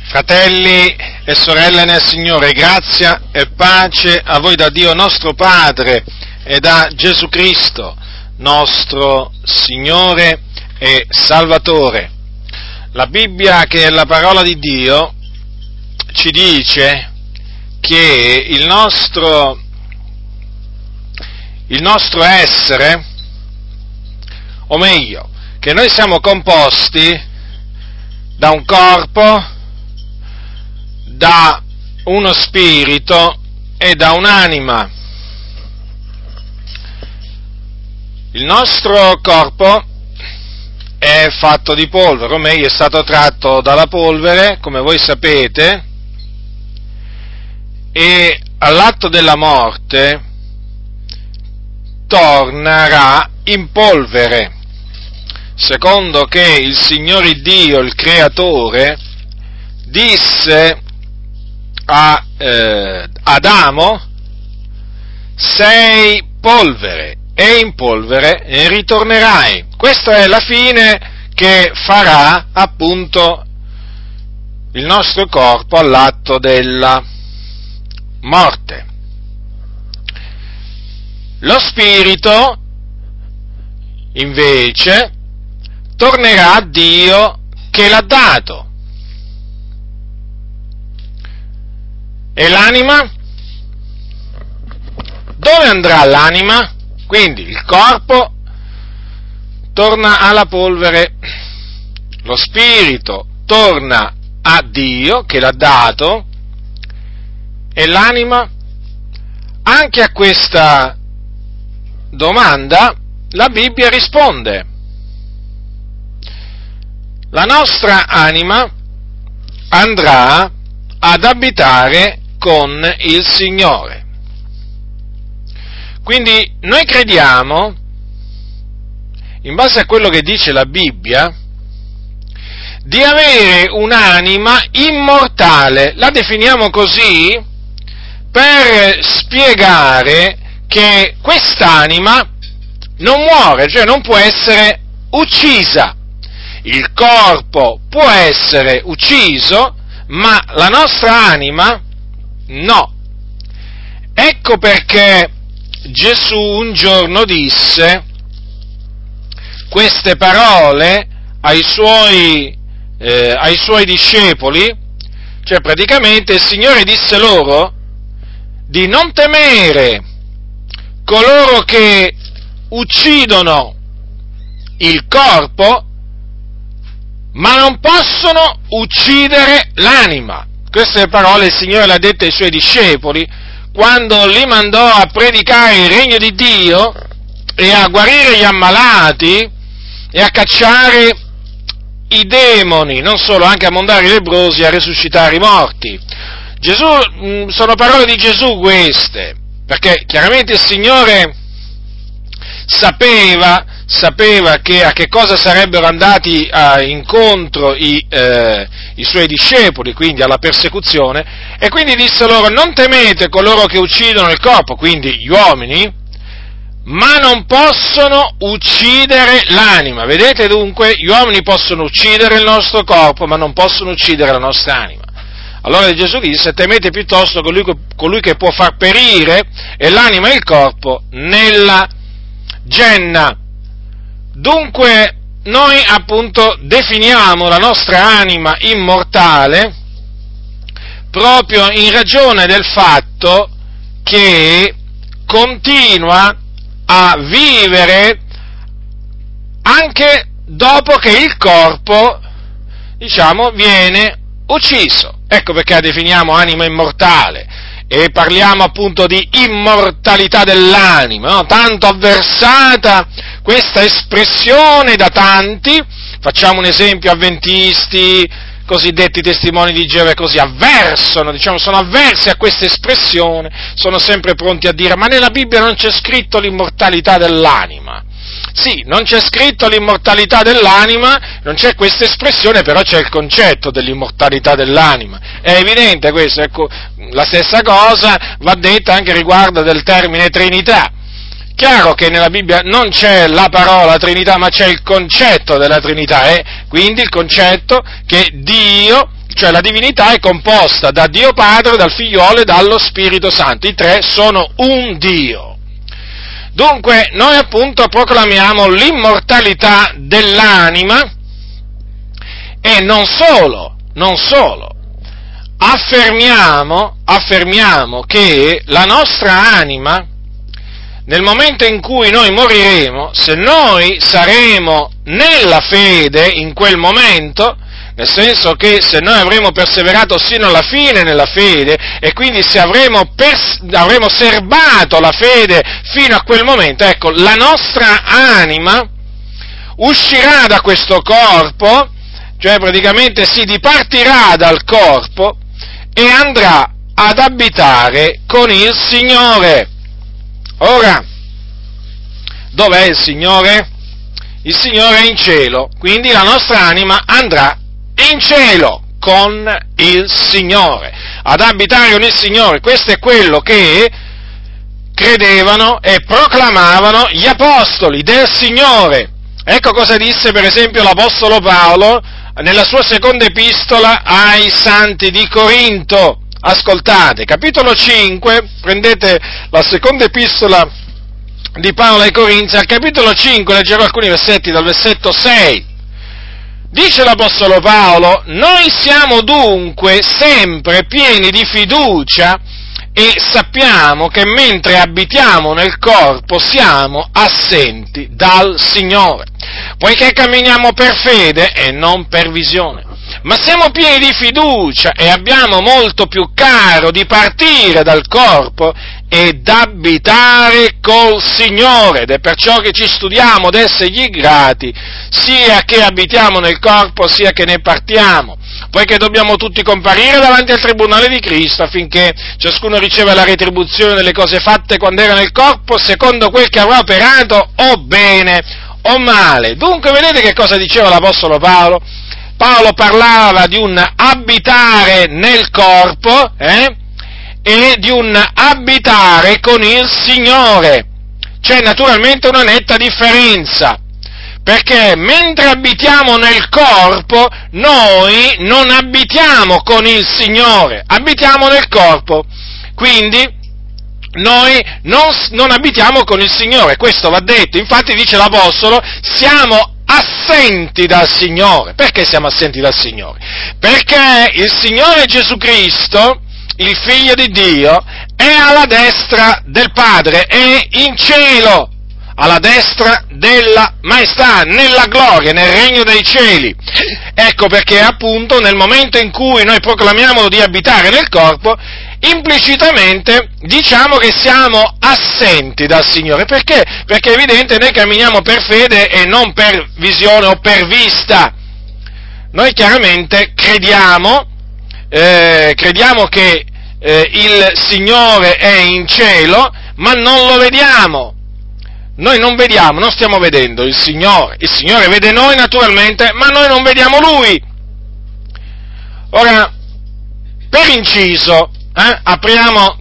Fratelli e sorelle nel Signore, grazia e pace a voi da Dio nostro Padre e da Gesù Cristo, nostro Signore e Salvatore. La Bibbia, che è la parola di Dio, ci dice che il nostro essere, o meglio, che noi siamo composti da un corpo, da uno spirito e da un'anima. Il nostro corpo è fatto di polvere, o meglio è stato tratto dalla polvere, come voi sapete, e all'atto della morte tornerà in polvere, secondo che il Signore Dio, il Creatore, disse a Adamo: sei polvere e in polvere ritornerai. Questa è la fine che farà appunto il nostro corpo all'atto della morte. Lo spirito invece tornerà a Dio che l'ha dato. E l'anima? Dove andrà l'anima? Quindi il corpo torna alla polvere, lo spirito torna a Dio che l'ha dato, e l'anima? Anche a questa domanda la Bibbia risponde. La nostra anima andrà ad abitare con il Signore. Quindi noi crediamo, in base a quello che dice la Bibbia, di avere un'anima immortale. La definiamo così per spiegare che quest'anima non muore, cioè non può essere uccisa. Il corpo può essere ucciso, ma la nostra anima no. Ecco perché Gesù un giorno disse queste parole ai suoi discepoli, cioè praticamente il Signore disse loro di non temere coloro che uccidono il corpo, ma non possono uccidere l'anima. Queste parole il Signore le ha dette ai Suoi discepoli quando li mandò a predicare il regno di Dio e a guarire gli ammalati e a cacciare i demoni, non solo, anche a mondare i lebbrosi e a resuscitare i morti. Sono parole di Gesù queste, perché chiaramente il Signore sapeva a che cosa sarebbero andati incontro i Suoi discepoli, quindi alla persecuzione, e quindi disse loro: non temete coloro che uccidono il corpo, quindi gli uomini, ma non possono uccidere l'anima. Vedete dunque, gli uomini possono uccidere il nostro corpo, ma non possono uccidere la nostra anima. Allora Gesù disse: temete piuttosto colui che può far perire l'anima e il corpo nella genna. Dunque noi appunto definiamo la nostra anima immortale proprio in ragione del fatto che continua a vivere anche dopo che il corpo, viene ucciso. Ecco perché la definiamo anima immortale. E parliamo appunto di immortalità dell'anima, no? Tanto avversata questa espressione da tanti. Facciamo un esempio: avventisti, cosiddetti testimoni di Geova, così sono avversi a questa espressione, sono sempre pronti a dire: ma nella Bibbia non c'è scritto l'immortalità dell'anima. Sì, non c'è scritto l'immortalità dell'anima, non c'è questa espressione, però c'è il concetto dell'immortalità dell'anima. È evidente questo, ecco, la stessa cosa va detta anche riguardo del termine Trinità. Chiaro che nella Bibbia non c'è la parola Trinità, ma c'è il concetto della Trinità, quindi il concetto che Dio, cioè la divinità è composta da Dio Padre, dal Figliolo e dallo Spirito Santo, i tre sono un Dio. Dunque, noi appunto proclamiamo l'immortalità dell'anima e non solo, affermiamo che la nostra anima, nel momento in cui noi moriremo, se noi saremo nella fede in quel momento, nel senso che se noi avremo perseverato sino alla fine nella fede e quindi se avremo serbato la fede fino a quel momento, ecco, la nostra anima uscirà da questo corpo, cioè praticamente si dipartirà dal corpo e andrà ad abitare con il Signore. Ora, dov'è il Signore? Il Signore è in cielo, quindi la nostra anima andrà in cielo con il Signore, ad abitare con il Signore. Questo è quello che credevano e proclamavano gli apostoli del Signore. Ecco cosa disse per esempio l'Apostolo Paolo nella sua seconda epistola ai Santi di Corinto. Ascoltate, capitolo 5, prendete la seconda epistola di Paolo ai Corinzi, al capitolo 5 leggerò alcuni versetti dal versetto 6. Dice l'Apostolo Paolo: noi siamo dunque sempre pieni di fiducia e sappiamo che mentre abitiamo nel corpo siamo assenti dal Signore, poiché camminiamo per fede e non per visione. Ma siamo pieni di fiducia e abbiamo molto più caro di partire dal corpo ed abitare col Signore, ed è perciò che ci studiamo d'essergli grati, sia che abitiamo nel corpo, sia che ne partiamo, poiché dobbiamo tutti comparire davanti al tribunale di Cristo, affinché ciascuno riceva la retribuzione delle cose fatte quando era nel corpo, secondo quel che avrà operato, o bene o male. Dunque, vedete che cosa diceva l'Apostolo Paolo? Paolo parlava di un abitare nel corpo, e di un abitare con il Signore. C'è naturalmente una netta differenza, perché mentre abitiamo nel corpo, noi non abitiamo con il Signore, abitiamo nel corpo, quindi noi non abitiamo con il Signore, questo va detto. Infatti dice l'Apostolo, siamo assenti dal Signore. Perché siamo assenti dal Signore? Perché il Signore Gesù Cristo, il Figlio di Dio, è alla destra del Padre, è in cielo, alla destra della maestà, nella gloria, nel regno dei cieli. Ecco perché appunto nel momento in cui noi proclamiamo di abitare nel corpo, implicitamente diciamo che siamo assenti dal Signore. Perché? Perché è evidente, noi camminiamo per fede e non per visione o per vista. Noi chiaramente crediamo che il Signore è in cielo, ma non lo vediamo. Noi non vediamo, non stiamo vedendo il Signore vede noi naturalmente, ma noi non vediamo Lui. Ora, per inciso, apriamo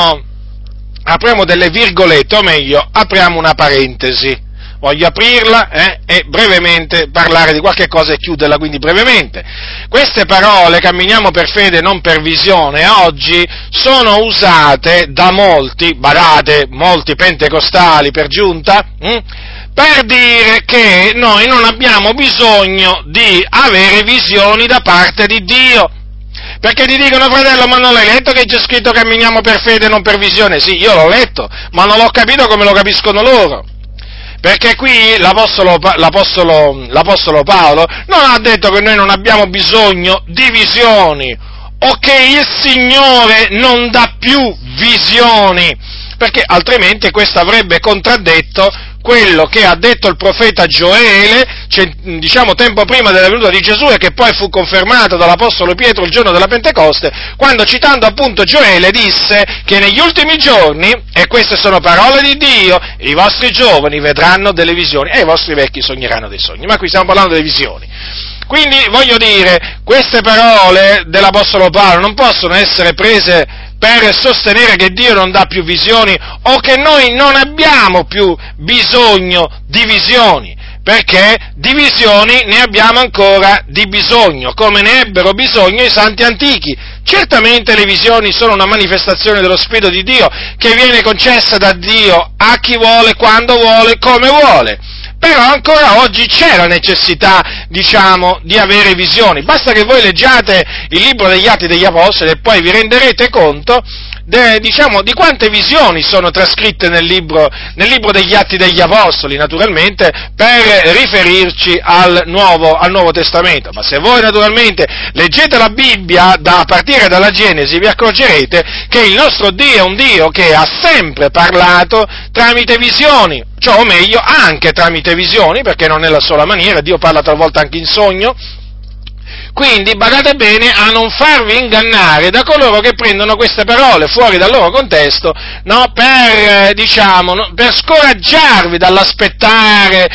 delle virgolette, o meglio, apriamo una parentesi. Voglio aprirla e brevemente parlare di qualche cosa e chiuderla quindi brevemente. Queste parole, camminiamo per fede e non per visione, oggi sono usate da molti, badate, molti pentecostali per giunta, per dire che noi non abbiamo bisogno di avere visioni da parte di Dio. Perché ti dicono: fratello, ma non l'hai letto che c'è scritto camminiamo per fede e non per visione? Sì, io l'ho letto, ma non l'ho capito come lo capiscono loro. Perché qui l'Apostolo Paolo non ha detto che noi non abbiamo bisogno di visioni, o che il Signore non dà più visioni, perché altrimenti questo avrebbe contraddetto quello che ha detto il profeta Gioele, tempo prima della venuta di Gesù, e che poi fu confermato dall'Apostolo Pietro il giorno della Pentecoste, quando, citando appunto Gioele, disse che negli ultimi giorni, e queste sono parole di Dio, i vostri giovani vedranno delle visioni e i vostri vecchi sogneranno dei sogni. Ma qui stiamo parlando delle visioni. Quindi, voglio dire, queste parole dell'Apostolo Paolo non possono essere prese per sostenere che Dio non dà più visioni o che noi non abbiamo più bisogno di visioni, perché di visioni ne abbiamo ancora di bisogno, come ne ebbero bisogno i santi antichi. Certamente le visioni sono una manifestazione dello Spirito di Dio, che viene concessa da Dio a chi vuole, quando vuole, come vuole. Però ancora oggi c'è la necessità, di avere visioni. Basta che voi leggiate il libro degli Atti degli Apostoli e poi vi renderete conto di quante visioni sono trascritte nel libro degli Atti degli Apostoli, naturalmente, per riferirci al Nuovo Testamento. Ma se voi, naturalmente, leggete la Bibbia a partire dalla Genesi, vi accorgerete che il nostro Dio è un Dio che ha sempre parlato tramite visioni, cioè, o meglio, anche tramite visioni, perché non è la sola maniera, Dio parla talvolta anche in sogno. Quindi badate bene a non farvi ingannare da coloro che prendono queste parole fuori dal loro contesto, no, per scoraggiarvi dall'aspettare,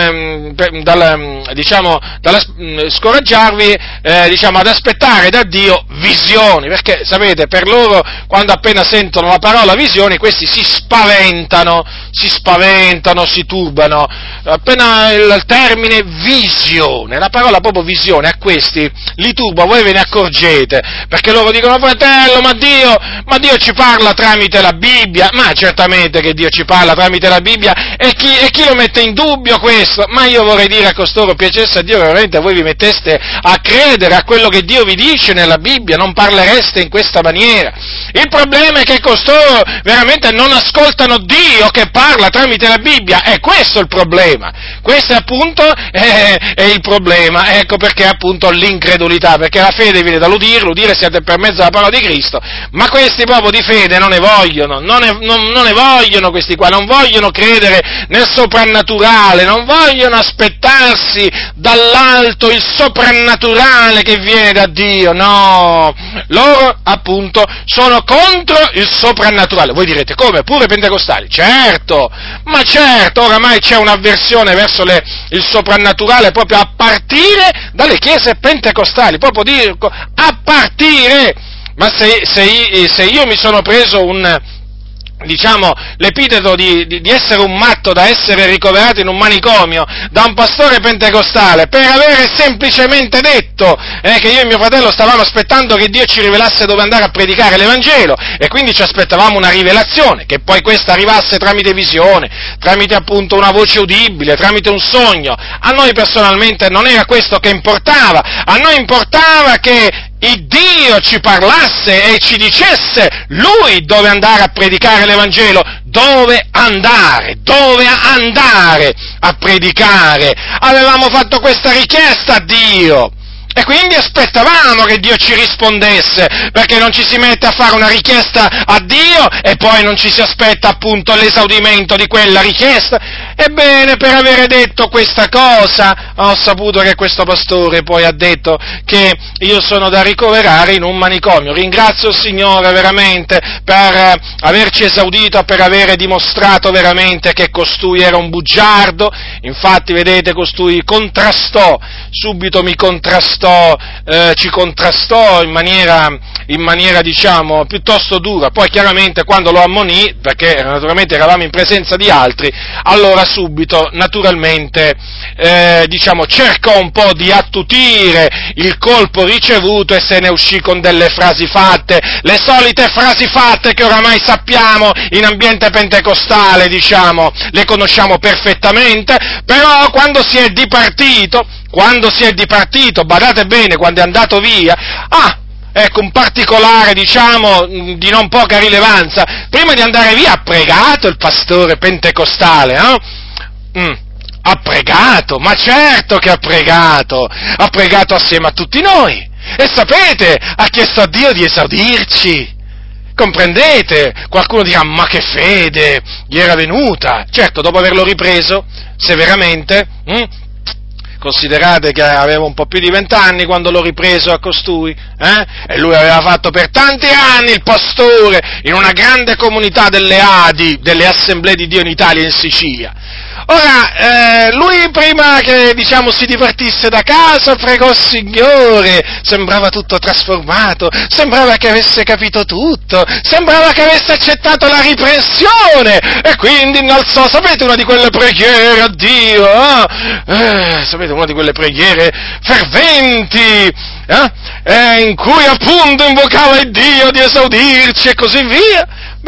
scoraggiarvi, ad aspettare da Dio visioni, perché sapete, per loro, quando appena sentono la parola visioni, questi si spaventano, si turbano. Appena il termine visione, la parola proprio visione, a questi li turba, voi ve ne accorgete, perché loro dicono: fratello, ma Dio ci parla tramite la Bibbia. Ma certamente che Dio ci parla tramite la Bibbia, e chi lo mette in dubbio questo? Ma io vorrei dire a costoro, piacesse a Dio che veramente voi vi metteste a credere a quello che Dio vi dice nella Bibbia, non parlereste in questa maniera. Il problema è che costoro veramente non ascoltano Dio che parla tramite la Bibbia, è questo il problema. Questo appunto è il problema, ecco perché appunto l'incredulità, perché la fede viene dall'udire siete per mezzo della parola di Cristo, ma questi proprio di fede non ne vogliono, non ne vogliono questi qua, non vogliono credere nel soprannaturale, non vogliono aspettarsi dall'alto il soprannaturale che viene da Dio, no, loro appunto sono contro il soprannaturale. Voi direte: come? Pure pentecostali? Certo, ma certo, oramai c'è un'avversione verso il soprannaturale proprio a partire dalle chiese pentecostali, proprio dico, a partire. Ma se io mi sono preso l'epiteto di essere un matto, da essere ricoverato in un manicomio da un pastore pentecostale, per avere semplicemente detto che io e mio fratello stavamo aspettando che Dio ci rivelasse dove andare a predicare l'Evangelo, e quindi ci aspettavamo una rivelazione, che poi questa arrivasse tramite visione, tramite appunto una voce udibile, tramite un sogno. A noi personalmente non era questo che importava, a noi importava che il Dio ci parlasse e ci dicesse Lui dove andare a predicare l'Evangelo, dove andare a predicare. Avevamo fatto questa richiesta a Dio, e quindi aspettavamo che Dio ci rispondesse, perché non ci si mette a fare una richiesta a Dio e poi non ci si aspetta appunto l'esaudimento di quella richiesta. Ebbene, per avere detto questa cosa, ho saputo che questo pastore poi ha detto che io sono da ricoverare in un manicomio. Ringrazio il Signore veramente per averci esaudito, per avere dimostrato veramente che costui era un bugiardo. Infatti, vedete, costui subito ci contrastò in maniera diciamo piuttosto dura. Poi chiaramente quando lo ammonì, perché naturalmente eravamo in presenza di altri, allora subito naturalmente cercò un po' di attutire il colpo ricevuto e se ne uscì con delle frasi fatte, le solite frasi fatte che oramai sappiamo in ambiente pentecostale, le conosciamo perfettamente. Però quando si è dipartito, badate bene, quando è andato via, ecco un particolare, di non poca rilevanza: prima di andare via ha pregato il pastore pentecostale, ha pregato, ma certo che ha pregato assieme a tutti noi, e sapete, ha chiesto a Dio di esaudirci. Comprendete? Qualcuno dirà: ma che fede gli era venuta? Certo, dopo averlo ripreso severamente, considerate che aveva un po' più di 20 anni quando l'ho ripreso a costui, e lui aveva fatto per tanti anni il pastore in una grande comunità delle Assemblee di Dio in Italia e in Sicilia. Ora, lui prima che, si divertisse da casa, pregò il Signore, sembrava tutto trasformato, sembrava che avesse capito tutto, sembrava che avesse accettato la riprensione, e quindi innalzò, sapete, una di quelle preghiere a Dio, sapete, una di quelle preghiere ferventi, in cui appunto invocava il Dio di esaudirci e così via.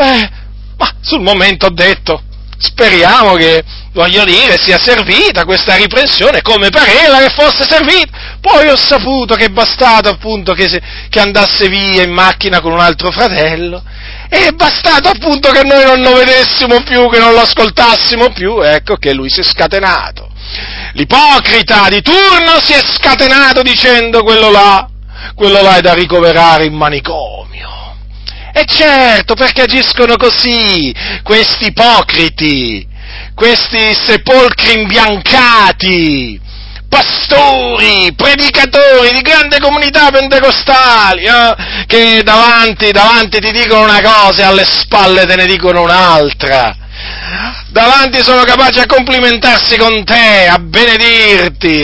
Ma sul momento ho detto, speriamo che, sia servita questa riprensione come pareva che fosse servita. Poi ho saputo che è bastato appunto che andasse via in macchina con un altro fratello, e è bastato appunto che noi non lo vedessimo più, che non lo ascoltassimo più, ecco che lui si è scatenato. L'ipocrita di turno si è scatenato dicendo quello là è da ricoverare in manicomio. E certo, perché agiscono così questi ipocriti, questi sepolcri imbiancati, pastori, predicatori di grandi comunità pentecostali, che davanti ti dicono una cosa e alle spalle te ne dicono un'altra. Davanti sono capaci a complimentarsi con te, a benedirti,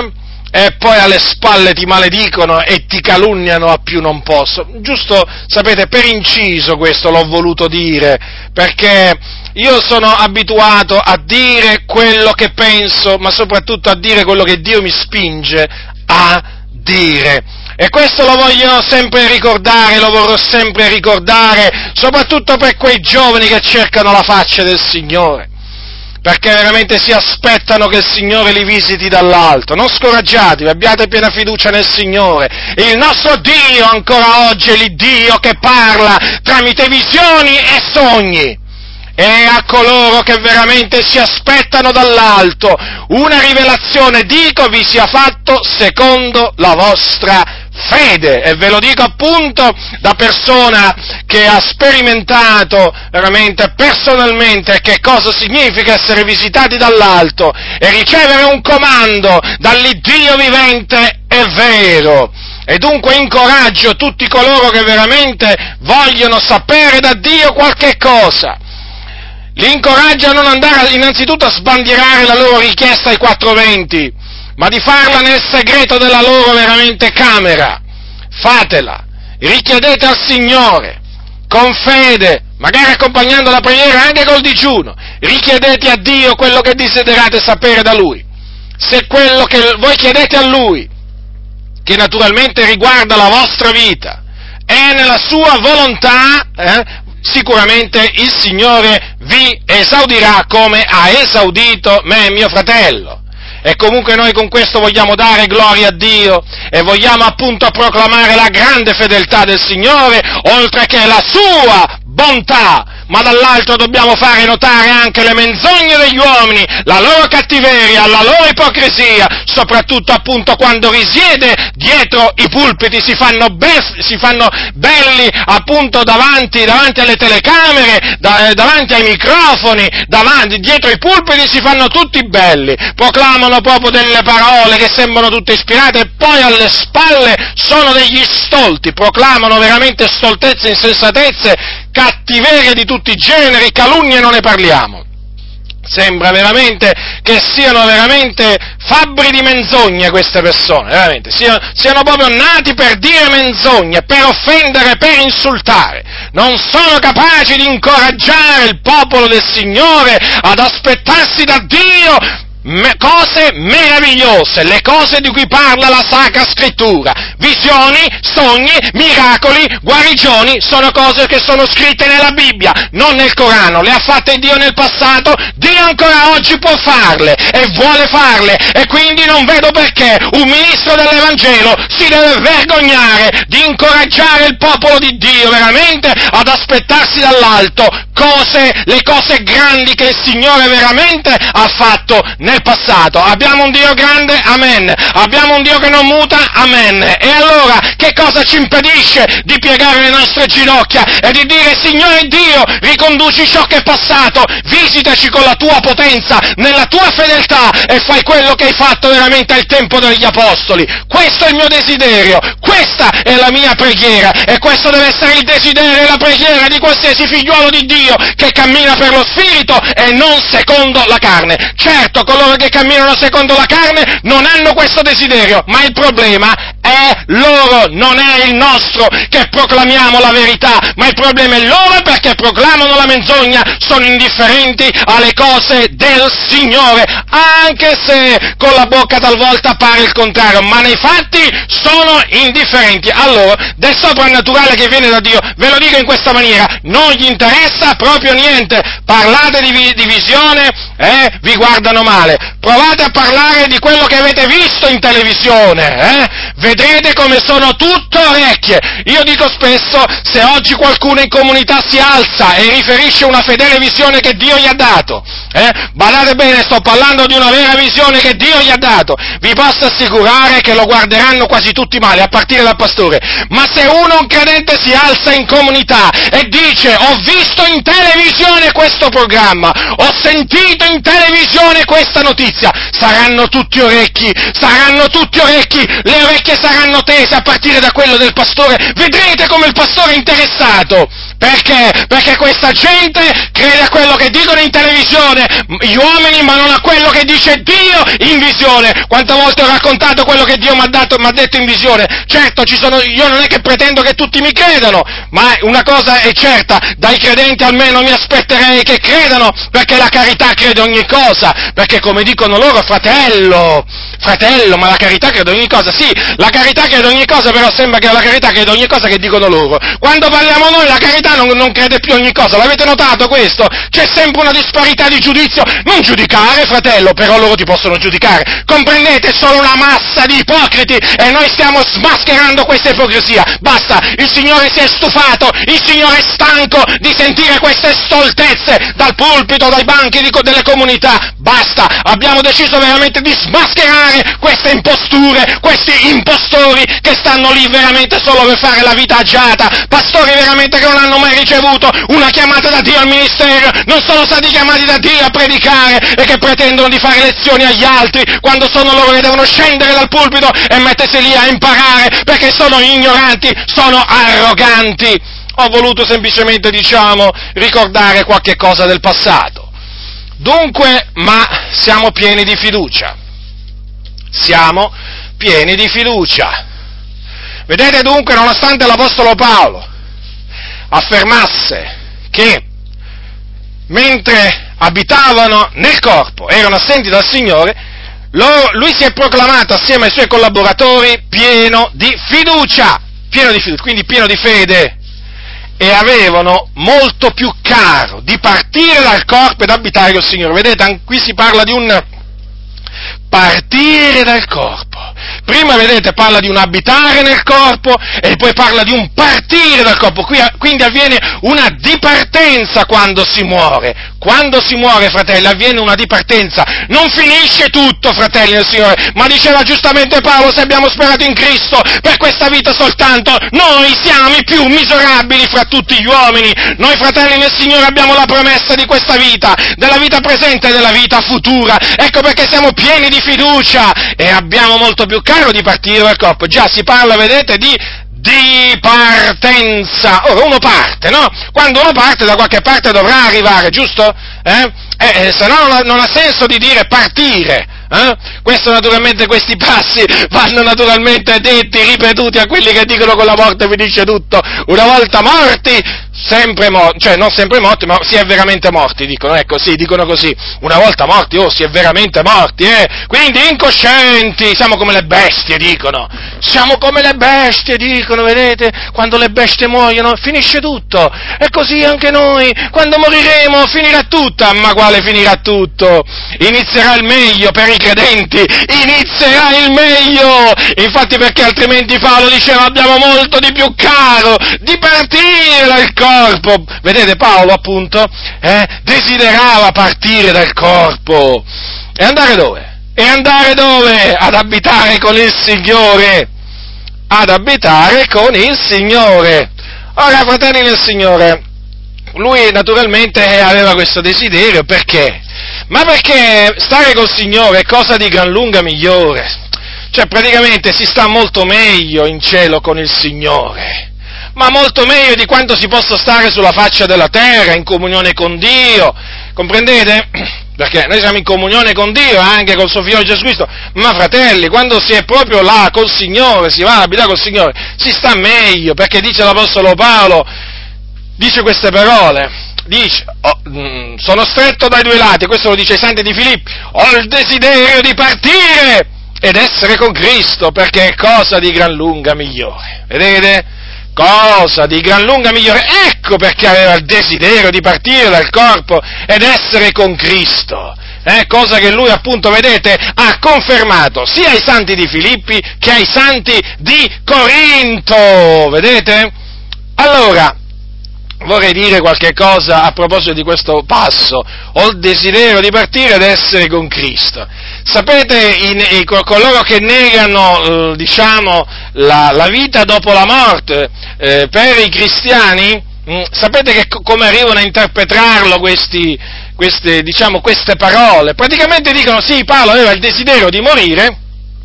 e poi alle spalle ti maledicono e ti calunniano a più non posso. Giusto, sapete, per inciso questo l'ho voluto dire, perché io sono abituato a dire quello che penso, ma soprattutto a dire quello che Dio mi spinge a dire. E questo lo voglio sempre ricordare, lo vorrò sempre ricordare, soprattutto per quei giovani che cercano la faccia del Signore, perché veramente si aspettano che il Signore li visiti dall'alto. Non scoraggiatevi, abbiate piena fiducia nel Signore. Il nostro Dio ancora oggi è l'Iddio che parla tramite visioni e sogni. E a coloro che veramente si aspettano dall'alto una rivelazione, dico, vi sia fatto secondo la vostra fede, e ve lo dico appunto da persona che ha sperimentato veramente personalmente che cosa significa essere visitati dall'alto e ricevere un comando dall'Iddio vivente e vero. E dunque incoraggio tutti coloro che veramente vogliono sapere da Dio qualche cosa. Li incoraggio a non andare innanzitutto a sbandierare la loro richiesta ai 420, ma di farla nel segreto della loro veramente camera. Fatela, richiedete al Signore, con fede, magari accompagnando la preghiera anche col digiuno, richiedete a Dio quello che desiderate sapere da Lui. Se quello che voi chiedete a Lui, che naturalmente riguarda la vostra vita, è nella sua volontà, sicuramente il Signore vi esaudirà come ha esaudito me e mio fratello. E comunque noi con questo vogliamo dare gloria a Dio e vogliamo appunto proclamare la grande fedeltà del Signore, oltre che la sua bontà, ma dall'altro dobbiamo fare notare anche le menzogne degli uomini, la loro cattiveria, la loro ipocrisia, soprattutto appunto quando risiede dietro i pulpiti, si fanno belli appunto davanti alle telecamere, davanti ai microfoni, dietro i pulpiti si fanno tutti belli, proclamano proprio delle parole che sembrano tutte ispirate e poi alle spalle sono degli stolti, proclamano veramente stoltezze, insensatezze, cattiverie di tutti i generi, calunnie non ne parliamo. Sembra veramente che siano veramente fabbri di menzogne queste persone, veramente, siano proprio nati per dire menzogne, per offendere, per insultare. Non sono capaci di incoraggiare il popolo del Signore ad aspettarsi da Dio cose meravigliose, le cose di cui parla la Sacra Scrittura, visioni, sogni, miracoli, guarigioni, sono cose che sono scritte nella Bibbia, non nel Corano, le ha fatte Dio nel passato, Dio ancora oggi può farle e vuole farle, e quindi non vedo perché un ministro dell'Evangelo si deve vergognare di incoraggiare il popolo di Dio veramente ad aspettarsi dall'alto le cose grandi che il Signore veramente ha fatto nel passato. Abbiamo un Dio grande, amen. Abbiamo un Dio che non muta, amen. E allora che cosa ci impedisce di piegare le nostre ginocchia e di dire: Signore Dio, riconduci ciò che è passato, visitaci con la tua potenza, nella tua fedeltà, e fai quello che hai fatto veramente al tempo degli Apostoli. Questo è il mio desiderio, questa è la mia preghiera, e questo deve essere il desiderio e la preghiera di qualsiasi figliuolo di Dio che cammina per lo Spirito e non secondo la carne. Certo, coloro che camminano secondo la carne non hanno questo desiderio, ma il problema è loro, non è il nostro che proclamiamo la verità, ma il problema è loro perché proclamano la menzogna, sono indifferenti alle cose del Signore, anche se con la bocca talvolta appare il contrario, ma nei fatti sono indifferenti. Allora, del soprannaturale che viene da Dio, ve lo dico in questa maniera, non gli interessa proprio niente. Parlate di visione, vi guardano male. Provate a parlare di quello che avete visto in televisione, vedrete come sono tutto orecchie. Io dico spesso, se oggi qualcuno in comunità si alza e riferisce una fedele visione che Dio gli ha dato, badate bene, sto parlando di una vera visione che Dio gli ha dato, vi posso assicurare che lo guarderanno quasi tutti male, a partire dal pastore. Ma se un credente si alza in comunità e dice: ho visto in televisione questo programma, ho sentito in televisione questa notizia, saranno tutti orecchi, le orecchie saranno tese a partire da quello del pastore, vedrete come il pastore è interessato. Perché? Perché questa gente crede a quello che dicono in televisione gli uomini, ma non a quello che dice Dio in visione. Quante volte ho raccontato quello che Dio mi ha detto in visione? Certo, io non è che pretendo che tutti mi credano, ma una cosa è certa, dai credenti almeno mi aspetterei che credano, perché la carità crede ogni cosa, perché come dicono loro, fratello, ma la carità crede ogni cosa. Sì, la carità crede ogni cosa, però sembra che la carità crede ogni cosa che dicono loro. Quando parliamo noi, la carità non crede più ogni cosa. L'avete notato questo? C'è sempre una disparità di giudizio. Non giudicare, fratello, però loro ti possono giudicare. Comprendete? È solo una massa di ipocriti e noi stiamo smascherando questa ipocrisia. Basta, il Signore si è stufato, il Signore è stanco di sentire queste stoltezze dal pulpito, dai banchi delle comunità. Basta, abbiamo deciso veramente di smascherare queste imposture, questi impostori che stanno lì veramente solo per fare la vita agiata, pastori veramente che non hanno mai ricevuto una chiamata da Dio al ministero, non sono stati chiamati da Dio a predicare e che pretendono di fare lezioni agli altri, quando sono loro che devono scendere dal pulpito e mettersi lì a imparare, perché sono ignoranti, sono arroganti. Ho voluto semplicemente, ricordare qualche cosa del passato. Dunque, ma siamo pieni di fiducia. Vedete dunque, nonostante l'Apostolo Paolo affermasse che mentre abitavano nel corpo erano assenti dal Signore, lui si è proclamato assieme ai suoi collaboratori pieno di fiducia, quindi pieno di fede, e avevano molto più caro di partire dal corpo ed abitare col Signore. Vedete, qui si parla di un partire dal corpo. Prima, vedete, parla di un abitare nel corpo e poi parla di un partire dal corpo. Quindi avviene una dipartenza quando si muore. Quando si muore, fratelli, avviene una dipartenza. Non finisce tutto, fratelli del Signore, ma diceva giustamente Paolo, se abbiamo sperato in Cristo per questa vita soltanto, noi siamo i più miserabili fra tutti gli uomini. Noi, fratelli del Signore, abbiamo la promessa di questa vita, della vita presente e della vita futura. Ecco perché siamo pieni di fiducia e abbiamo molto più caro di partire dal corpo. Già si parla, vedete, di partenza. Ora uno parte, no? Quando uno parte da qualche parte dovrà arrivare, giusto? Se no non ha senso di dire partire. Questi passi vanno naturalmente detti, ripetuti a quelli che dicono con la morte vi dice tutto. Una volta morti, sempre morti, cioè non sempre morti, ma si è veramente morti, dicono, ecco, sì, dicono così. Una volta morti, si è veramente morti, quindi incoscienti, siamo come le bestie, dicono. Siamo come le bestie, dicono, vedete? Quando le bestie muoiono finisce tutto. E così anche noi, quando moriremo, finirà tutto. Ma quale finirà tutto? Inizierà il meglio per i credenti, inizierà il meglio. Infatti, perché altrimenti Paolo diceva abbiamo molto di più caro di partire dal corpo. Vedete, Paolo appunto desiderava partire dal corpo. E andare dove? Ad abitare con il Signore. ad abitare con il Signore. Ora, fratelli nel Signore, lui naturalmente aveva questo desiderio, perché? Ma perché stare col Signore è cosa di gran lunga migliore. Cioè, praticamente si sta molto meglio in cielo con il Signore, ma molto meglio di quanto si possa stare sulla faccia della terra, in comunione con Dio, comprendete? Perché noi siamo in comunione con Dio, anche col suo Figlio Gesù Cristo, ma fratelli, quando si è proprio là col Signore, si va ad abitare col Signore, si sta meglio, perché dice l'Apostolo Paolo, dice queste parole, dice, sono stretto dai due lati, questo lo dice ai santi di Filippi, ho il desiderio di partire ed essere con Cristo, perché è cosa di gran lunga migliore, vedete? Cosa di gran lunga migliore, ecco perché aveva il desiderio di partire dal corpo ed essere con Cristo, cosa che lui appunto, vedete, ha confermato sia ai santi di Filippi che ai santi di Corinto, vedete? Allora, vorrei dire qualche cosa a proposito di questo passo, ho il desiderio di partire ed essere con Cristo. Sapete, coloro che negano, la vita dopo la morte, per i cristiani, sapete che come arrivano a interpretarlo queste parole? Praticamente dicono, sì, Paolo aveva il desiderio di morire,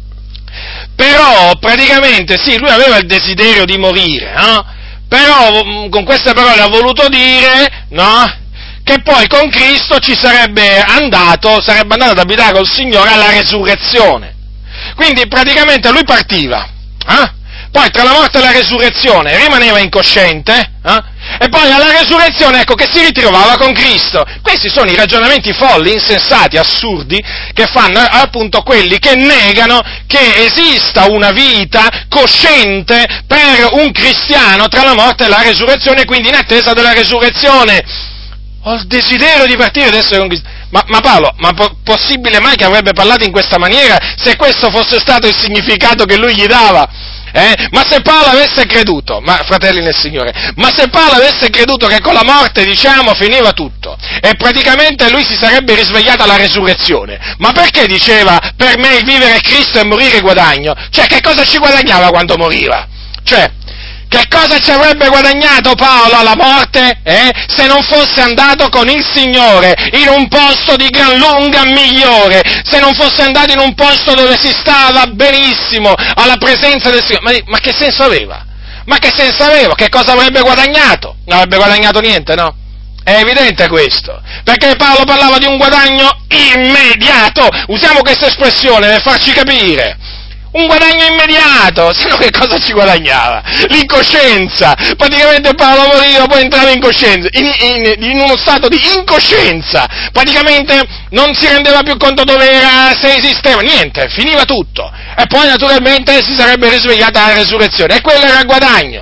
però praticamente sì, lui aveva il desiderio di morire, no? Però con queste parole ha voluto dire, no? Che poi con Cristo sarebbe andato ad abitare col Signore alla resurrezione. Quindi praticamente lui partiva, poi tra la morte e la resurrezione rimaneva incosciente, e poi alla resurrezione, ecco, che si ritrovava con Cristo. Questi sono i ragionamenti folli, insensati, assurdi, che fanno appunto quelli che negano che esista una vita cosciente per un cristiano tra la morte e la resurrezione, quindi in attesa della resurrezione. Ho il desiderio di partire ed essere con Cristo. Ma Paolo, possibile mai che avrebbe parlato in questa maniera se questo fosse stato il significato che lui gli dava? Ma se Paolo avesse creduto, fratelli nel Signore, ma se Paolo avesse creduto che con la morte, finiva tutto, e praticamente lui si sarebbe risvegliato alla resurrezione, ma perché diceva, per me il vivere è Cristo e morire guadagno? Cioè, che cosa ci guadagnava quando moriva? Cioè, che cosa ci avrebbe guadagnato Paolo alla morte, se non fosse andato con il Signore in un posto di gran lunga migliore, se non fosse andato in un posto dove si stava benissimo alla presenza del Signore? Ma che senso aveva? Ma che senso aveva? Che cosa avrebbe guadagnato? Non avrebbe guadagnato niente, no? È evidente questo, perché Paolo parlava di un guadagno immediato, usiamo questa espressione per farci capire. Un guadagno immediato, se no che cosa ci guadagnava? L'incoscienza, praticamente Paolo moriva, poi entrava in coscienza, in uno stato di incoscienza, praticamente non si rendeva più conto dove era, se esisteva, niente, finiva tutto, e poi naturalmente si sarebbe risvegliata alla resurrezione, e quello era il guadagno,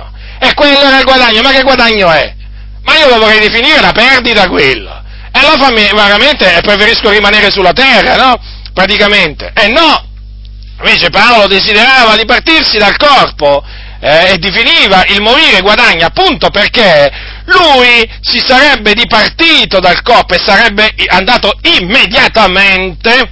ma che guadagno è? Ma io lo vorrei definire la perdita quello, e allora veramente preferisco rimanere sulla terra, no? Praticamente, no! Invece Paolo desiderava di partirsi dal corpo e definiva il morire guadagno, appunto perché lui si sarebbe dipartito dal corpo e sarebbe andato immediatamente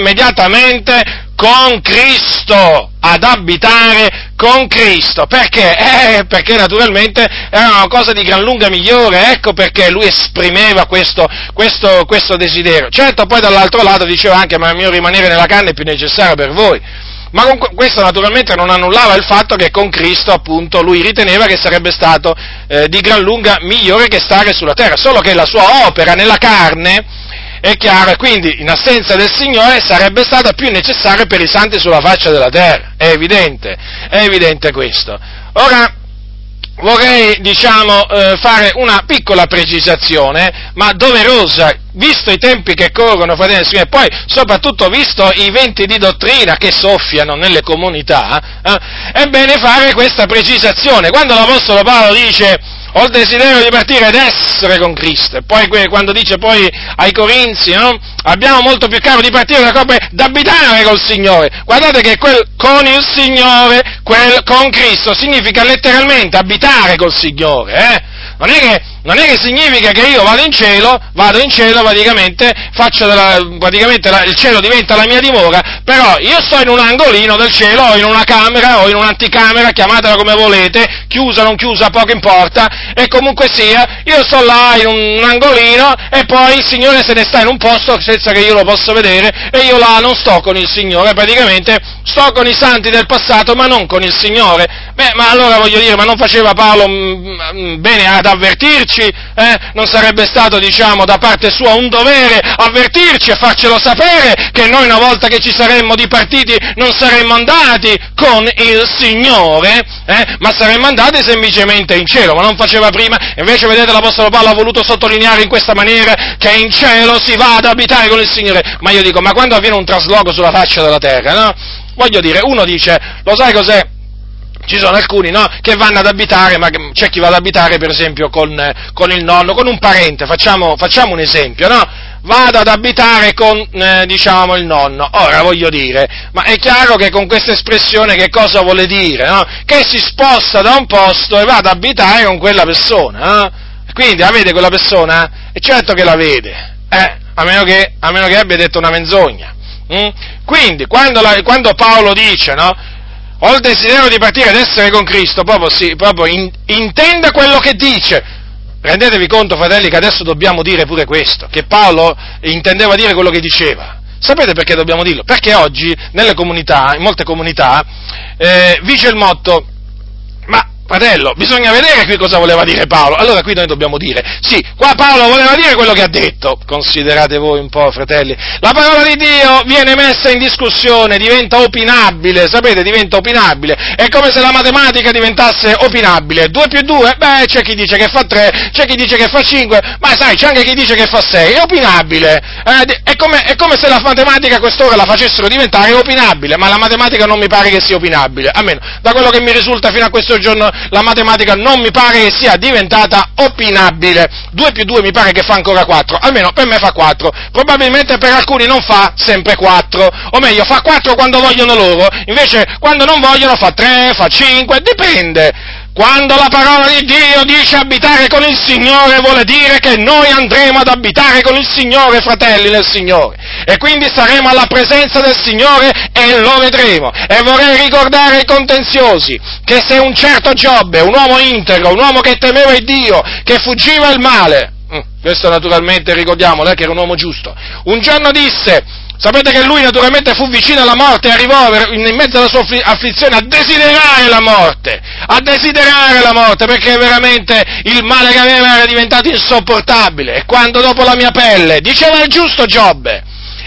con Cristo, ad abitare con Cristo. Perché? Perché naturalmente era una cosa di gran lunga migliore, ecco perché lui esprimeva questo desiderio. Certo, poi dall'altro lato diceva anche, ma il mio rimanere nella carne è più necessario per voi. Ma questo naturalmente non annullava il fatto che con Cristo, appunto, lui riteneva che sarebbe stato di gran lunga migliore che stare sulla terra, solo che la sua opera nella carne, è chiaro, e quindi in assenza del Signore sarebbe stata più necessaria per i santi sulla faccia della terra, è evidente questo. Ora, vorrei, fare una piccola precisazione, ma doverosa, visto i tempi che corrono, fratelli del Signore, e poi soprattutto visto i venti di dottrina che soffiano nelle comunità, è bene fare questa precisazione. Quando l'Apostolo Paolo dice ho il desiderio di partire ed essere con Cristo, e poi quando dice poi ai Corinzi, no? Abbiamo molto più caro di partire da coppia d'abitare col Signore. Guardate che con il Signore, con Cristo, significa letteralmente abitare col Signore, Non è che non è che significa che io vado in cielo praticamente, il cielo diventa la mia dimora, però io sto in un angolino del cielo, o in una camera, o in un'anticamera, chiamatela come volete, chiusa, non chiusa, poco importa, e comunque sia, io sto là in un angolino, e poi il Signore se ne sta in un posto senza che io lo possa vedere, e io là non sto con il Signore, praticamente sto con i santi del passato, ma non con il Signore. Beh, ma allora voglio dire, ma non faceva Paolo bene ad avvertirci? Non sarebbe stato, da parte sua un dovere avvertirci e farcelo sapere che noi una volta che ci saremmo dipartiti non saremmo andati con il Signore, ma saremmo andati semplicemente in cielo, ma non faceva prima? Invece vedete, l'Apostolo Paolo ha voluto sottolineare in questa maniera che in cielo si va ad abitare con il Signore. Ma io dico, ma quando avviene un trasloco sulla faccia della terra, no? Voglio dire, uno dice, lo sai cos'è? Ci sono alcuni, no, che vanno ad abitare, ma c'è chi va ad abitare per esempio con il nonno, con un parente, facciamo un esempio, no? Vado ad abitare con, il nonno. Ora voglio dire, ma è chiaro che con questa espressione che cosa vuole dire, no? Che si sposta da un posto e va ad abitare con quella persona, no? Quindi la vede quella persona? E certo che la vede, a meno che abbia detto una menzogna. Quindi, quando Paolo dice, no? Ho il desiderio di partire ed essere con Cristo, intende quello che dice. Rendetevi conto, fratelli, che adesso dobbiamo dire pure questo, che Paolo intendeva dire quello che diceva. Sapete perché dobbiamo dirlo? Perché oggi, nelle comunità, in molte comunità, vige il motto, ma fratello, bisogna vedere qui cosa voleva dire Paolo. Allora qui noi dobbiamo dire, sì, qua Paolo voleva dire quello che ha detto. Considerate voi un po', fratelli, la parola di Dio viene messa in discussione, diventa opinabile, sapete, diventa opinabile. È come se la matematica diventasse opinabile. 2 più 2, c'è chi dice che fa 3, c'è chi dice che fa 5, ma sai, c'è anche chi dice che fa 6, è opinabile. È come se la matematica a quest'ora la facessero diventare opinabile, ma la matematica non mi pare che sia opinabile, almeno da quello che mi risulta fino a questo giorno la matematica non mi pare che sia diventata opinabile. 2 più 2 mi pare che fa ancora 4, almeno per me fa 4, probabilmente per alcuni non fa sempre 4, o meglio fa 4 quando vogliono loro, invece quando non vogliono fa 3, fa 5, dipende. Quando la parola di Dio dice abitare con il Signore, vuole dire che noi andremo ad abitare con il Signore, fratelli nel Signore, e quindi saremo alla presenza del Signore e lo vedremo. E vorrei ricordare ai contenziosi che se un certo Giobbe, un uomo integro, un uomo che temeva il Dio, che fuggiva il male, questo naturalmente ricordiamolo, che era un uomo giusto, un giorno disse, sapete che lui naturalmente fu vicino alla morte e arrivò in mezzo alla sua afflizione a desiderare la morte, perché veramente il male che aveva era diventato insopportabile. E quando dopo la mia pelle, diceva il giusto Giobbe,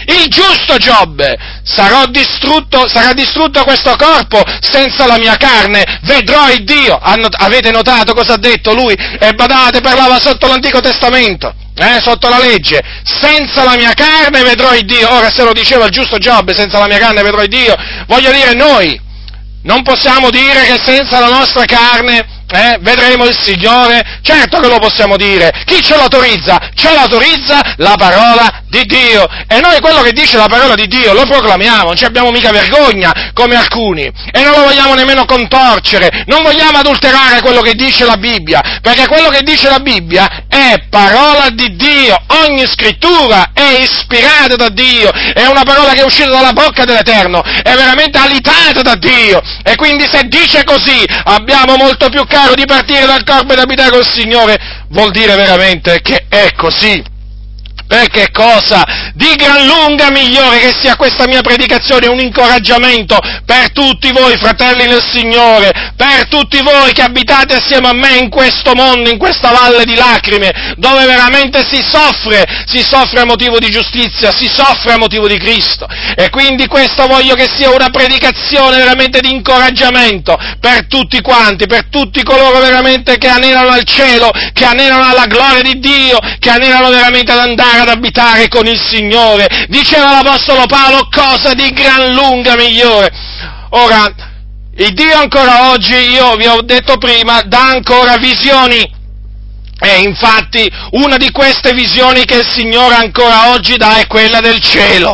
sarà distrutto questo corpo senza la mia carne, vedrò il Dio. Avete notato cosa ha detto lui? E badate, parlava sotto l'Antico Testamento, sotto la legge, senza la mia carne vedrò il Dio. Ora, se lo diceva il giusto Giobbe, senza la mia carne vedrò il Dio, voglio dire, noi non possiamo dire che senza la nostra carne vedremo il Signore. Certo che lo possiamo dire. Chi ce l'autorizza? Ce l'autorizza la parola di Dio. E noi quello che dice la parola di Dio lo proclamiamo, non ci abbiamo mica vergogna come alcuni. E non lo vogliamo nemmeno contorcere, non vogliamo adulterare quello che dice la Bibbia, perché quello che dice la Bibbia è parola di Dio. Ogni scrittura è ispirata da Dio, è una parola che è uscita dalla bocca dell'Eterno, è veramente alitata da Dio. E quindi se dice così, abbiamo molto più caro di partire dal corpo ed abitare col Signore, vuol dire veramente che è così. Perché cosa di gran lunga migliore che sia questa mia predicazione un incoraggiamento per tutti voi, fratelli nel Signore, per tutti voi che abitate assieme a me in questo mondo, in questa valle di lacrime, dove veramente si soffre a motivo di giustizia, si soffre a motivo di Cristo. E quindi questo voglio che sia una predicazione veramente di incoraggiamento per tutti quanti, per tutti coloro veramente che anelano al cielo, che anelano alla gloria di Dio, che anelano veramente ad andare ad abitare con il Signore. Diceva l'Apostolo Paolo, cosa di gran lunga migliore. Ora, il Dio ancora oggi, io vi ho detto prima, dà ancora visioni. E infatti una di queste visioni che il Signore ancora oggi dà è quella del cielo.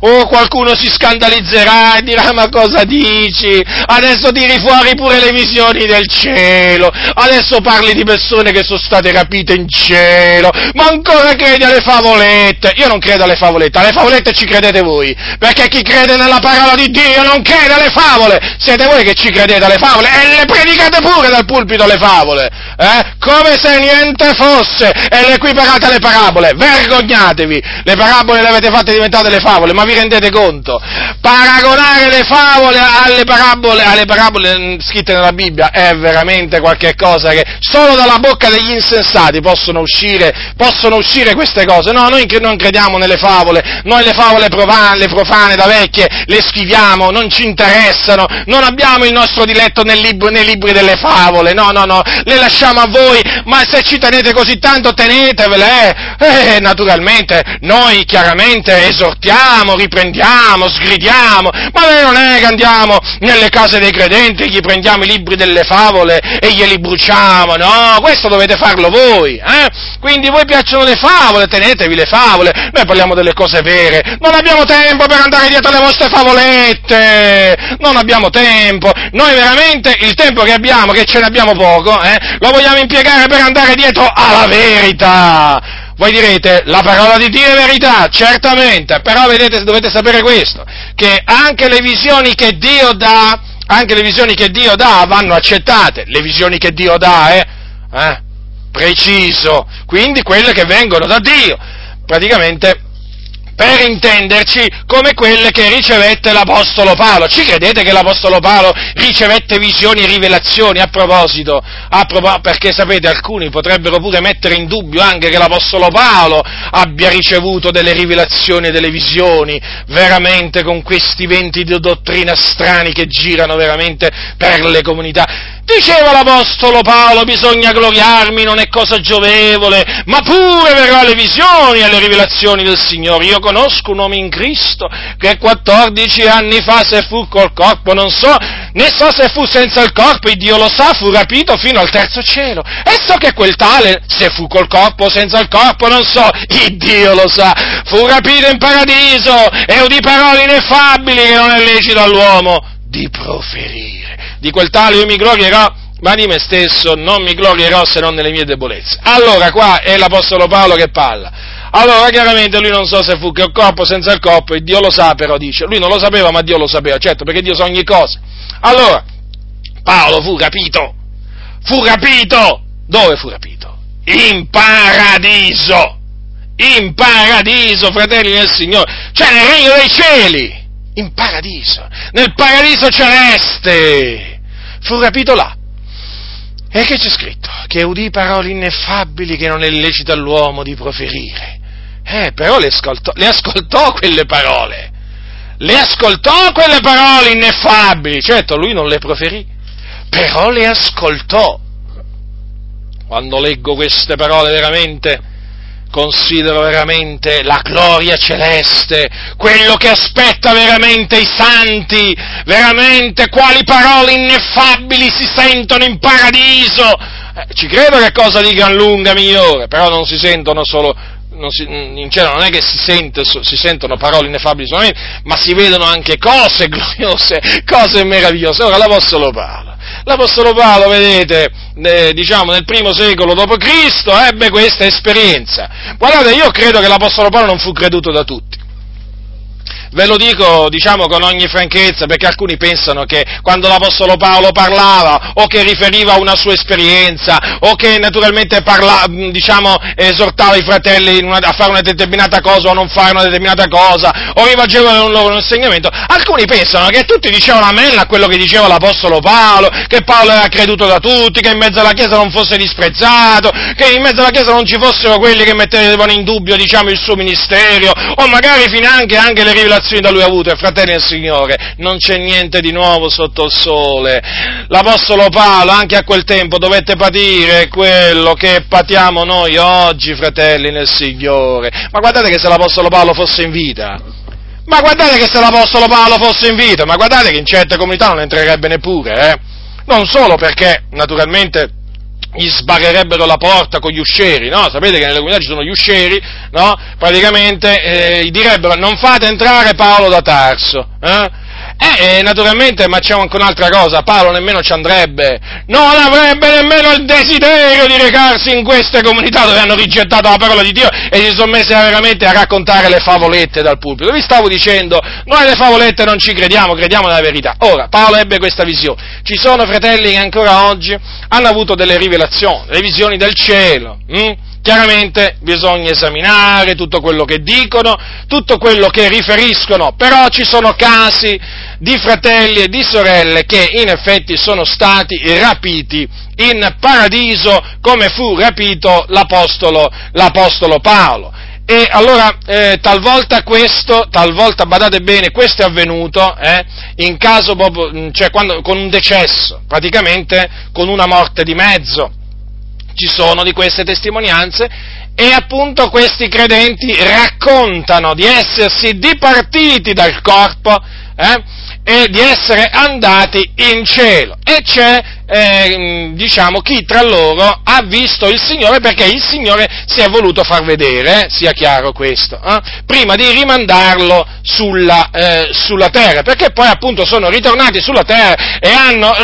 qualcuno si scandalizzerà e dirà: ma cosa dici? Adesso tiri fuori pure le visioni del cielo, adesso parli di persone che sono state rapite in cielo, ma ancora credi alle favolette? Io non credo alle favolette ci credete voi, perché chi crede nella parola di Dio non crede alle favole, siete voi che ci credete alle favole e le predicate pure dal pulpito le favole, come se niente fosse, e le equiparate alle parabole. Vergognatevi, le parabole le avete fatte diventare delle favole, ma vi rendete conto? Paragonare le favole alle parabole scritte nella Bibbia è veramente qualche cosa che solo dalla bocca degli insensati possono uscire queste cose. No, noi non crediamo nelle favole, noi le favole profane da vecchie le schiviamo, non ci interessano, non abbiamo il nostro diletto nei libri delle favole, no, le lasciamo a voi, ma se ci tenete così tanto tenetevele, naturalmente noi chiaramente esortiamo, riprendiamo, sgridiamo, ma noi non è che andiamo nelle case dei credenti, gli prendiamo i libri delle favole e glieli bruciamo, no, questo dovete farlo voi, quindi voi piacciono le favole, tenetevi le favole, noi parliamo delle cose vere, non abbiamo tempo per andare dietro alle vostre favolette, non abbiamo tempo, noi veramente il tempo che abbiamo, che ce ne abbiamo poco, lo vogliamo impiegare per andare dietro alla verità. Voi direte: la parola di Dio è verità, certamente, però vedete, dovete sapere questo, che anche le visioni che Dio dà vanno accettate, le visioni che Dio dà, preciso, quindi quelle che vengono da Dio, praticamente, per intenderci, come quelle che ricevette l'Apostolo Paolo. Ci credete che l'Apostolo Paolo ricevette visioni e rivelazioni? A proposito, perché sapete, alcuni potrebbero pure mettere in dubbio anche che l'Apostolo Paolo abbia ricevuto delle rivelazioni e delle visioni, veramente, con questi venti di dottrina strani che girano veramente per le comunità. Diceva l'Apostolo Paolo: bisogna gloriarmi, non è cosa giovevole, ma pure verrò alle visioni e alle rivelazioni del Signore. Io conosco un uomo in Cristo che 14 anni fa, se fu col corpo, non so, né so se fu senza il corpo, il Dio lo sa, fu rapito fino al terzo cielo. E so che quel tale, se fu col corpo o senza il corpo, non so, il Dio lo sa, fu rapito in paradiso e udì parole ineffabili che non è lecito all'uomo di proferire. Di quel tale io mi glorierò, ma di me stesso non mi glorierò se non nelle mie debolezze. Allora, qua è l'Apostolo Paolo che parla. Allora, chiaramente lui non so se fu col corpo o senza il corpo, e Dio lo sa, però dice, lui non lo sapeva, ma Dio lo sapeva, certo, perché Dio sa ogni cosa. Allora, Paolo fu rapito, dove fu rapito? In paradiso, fratelli del Signore, cioè nel regno dei cieli, in paradiso, nel paradiso celeste, fu rapito là. E che c'è scritto? Che udì parole ineffabili che non è lecito all'uomo di proferire. Però le ascoltò quelle parole ineffabili, certo lui non le proferì, però le ascoltò. Quando leggo queste parole veramente considero veramente la gloria celeste, quello che aspetta veramente i santi, veramente quali parole ineffabili si sentono in paradiso. Ci credo che è cosa di gran lunga migliore, però non si sentono solo, in cielo non è che si sentono parole ineffabili solamente, ma si vedono anche cose gloriose, cose meravigliose. Ora l'Apostolo Paolo, vedete, diciamo nel primo secolo d.C. ebbe questa esperienza. Guardate, io credo che l'Apostolo Paolo non fu creduto da tutti. Ve lo dico, diciamo, con ogni franchezza, perché alcuni pensano che quando l'Apostolo Paolo parlava, o che riferiva una sua esperienza, o che naturalmente esortava i fratelli a fare una determinata cosa o a non fare una determinata cosa, o rivolgeva un loro insegnamento, alcuni pensano che tutti dicevano amen a quello che diceva l'Apostolo Paolo, che Paolo era creduto da tutti, che in mezzo alla Chiesa non fosse disprezzato, che in mezzo alla Chiesa non ci fossero quelli che mettevano in dubbio, diciamo, il suo ministero, o magari finanche anche le rivelazioni da lui avute. Fratelli del Signore, non c'è niente di nuovo sotto il sole. L'Apostolo Paolo anche a quel tempo dovette patire quello che patiamo noi oggi, fratelli nel Signore. Ma guardate che se l'Apostolo Paolo fosse in vita, ma guardate che in certe comunità non entrerebbe neppure, Non solo perché, naturalmente, gli sbarrerebbero la porta con gli uscieri, no? Sapete che nelle comunità ci sono gli uscieri, no? Praticamente gli direbbero: non fate entrare Paolo da Tarso, naturalmente, ma c'è anche un'altra cosa: Paolo nemmeno ci andrebbe, non avrebbe nemmeno il desiderio di recarsi in queste comunità dove hanno rigettato la parola di Dio e si sono messi veramente a raccontare le favolette dal pulpito. Vi stavo dicendo, noi le favolette non ci crediamo, crediamo nella verità. Ora, Paolo ebbe questa visione. Ci sono fratelli che ancora oggi hanno avuto delle rivelazioni, le visioni del cielo. Chiaramente bisogna esaminare tutto quello che dicono, tutto quello che riferiscono, però ci sono casi di fratelli e di sorelle che in effetti sono stati rapiti in paradiso come fu rapito l'apostolo Paolo. E allora talvolta badate bene, questo è avvenuto in caso proprio, cioè con un decesso, praticamente con una morte di mezzo. Ci sono di queste testimonianze e appunto questi credenti raccontano di essersi dipartiti dal corpo e di essere andati in cielo, e c'è chi tra loro ha visto il Signore, perché il Signore si è voluto far vedere, sia chiaro questo, prima di rimandarlo sulla terra, perché poi appunto sono ritornati sulla terra e hanno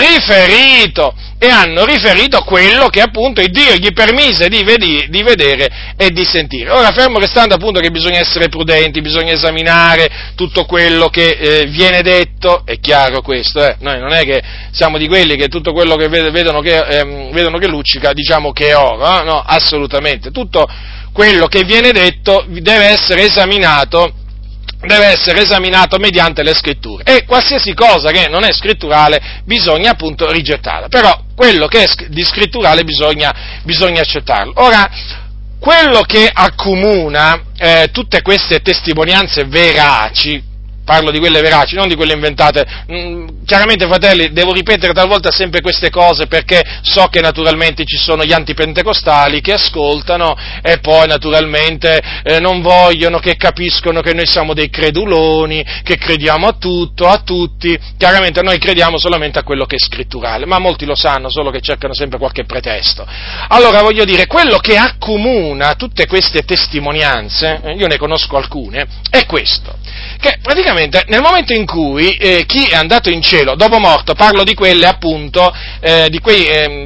riferito quello che appunto il Dio gli permise di vedere e di sentire. Ora, fermo restando appunto che bisogna essere prudenti, bisogna esaminare tutto quello che viene detto, è chiaro questo, noi non è che siamo di quelli che tutto quello che vedono che luccica, diciamo che è oro, no, assolutamente, tutto quello che viene detto deve essere esaminato mediante le scritture, e qualsiasi cosa che non è scritturale bisogna appunto rigettarla, però quello che è di scritturale bisogna accettarlo. Ora, quello che accomuna tutte queste testimonianze veraci, parlo di quelle veraci, non di quelle inventate. Chiaramente, fratelli, devo ripetere talvolta sempre queste cose perché so che naturalmente ci sono gli antipentecostali che ascoltano e poi naturalmente non vogliono, che capiscono che noi siamo dei creduloni, che crediamo a tutto, a tutti. Chiaramente noi crediamo solamente a quello che è scritturale, ma molti lo sanno, solo che cercano sempre qualche pretesto. Allora, voglio dire, quello che accomuna tutte queste testimonianze, io ne conosco alcune, è questo, che praticamente nel momento in cui chi è andato in cielo dopo morto, parlo di quelle appunto, di quei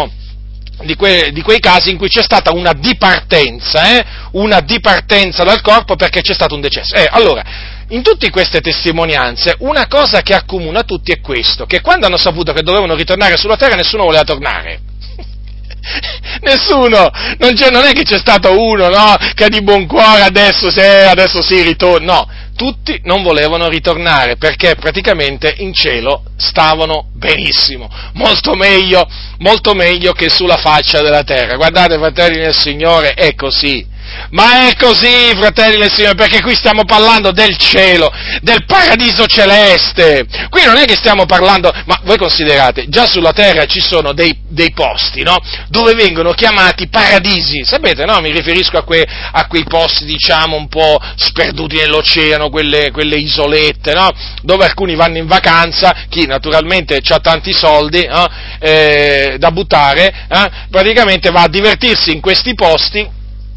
casi in cui c'è stata una dipartenza dal corpo perché c'è stato un decesso. Allora, in tutte queste testimonianze, una cosa che accomuna tutti è questo, che quando hanno saputo che dovevano ritornare sulla terra, nessuno voleva tornare. Nessuno, non è che c'è stato uno, no, che di buon cuore adesso si ritorna, no, tutti non volevano ritornare, perché praticamente in cielo stavano benissimo, molto meglio che sulla faccia della terra. Guardate, fratelli nel Signore, è così. Ma è così, fratelli del Signore, perché qui stiamo parlando del cielo, del paradiso celeste. Qui non è che stiamo parlando, ma voi considerate, già sulla terra ci sono dei posti, no? Dove vengono chiamati paradisi. Sapete, no? Mi riferisco a quei posti, diciamo, un po' sperduti nell'oceano, quelle isolette, no? Dove alcuni vanno in vacanza, chi naturalmente ha tanti soldi, no? Da buttare, praticamente va a divertirsi in questi posti.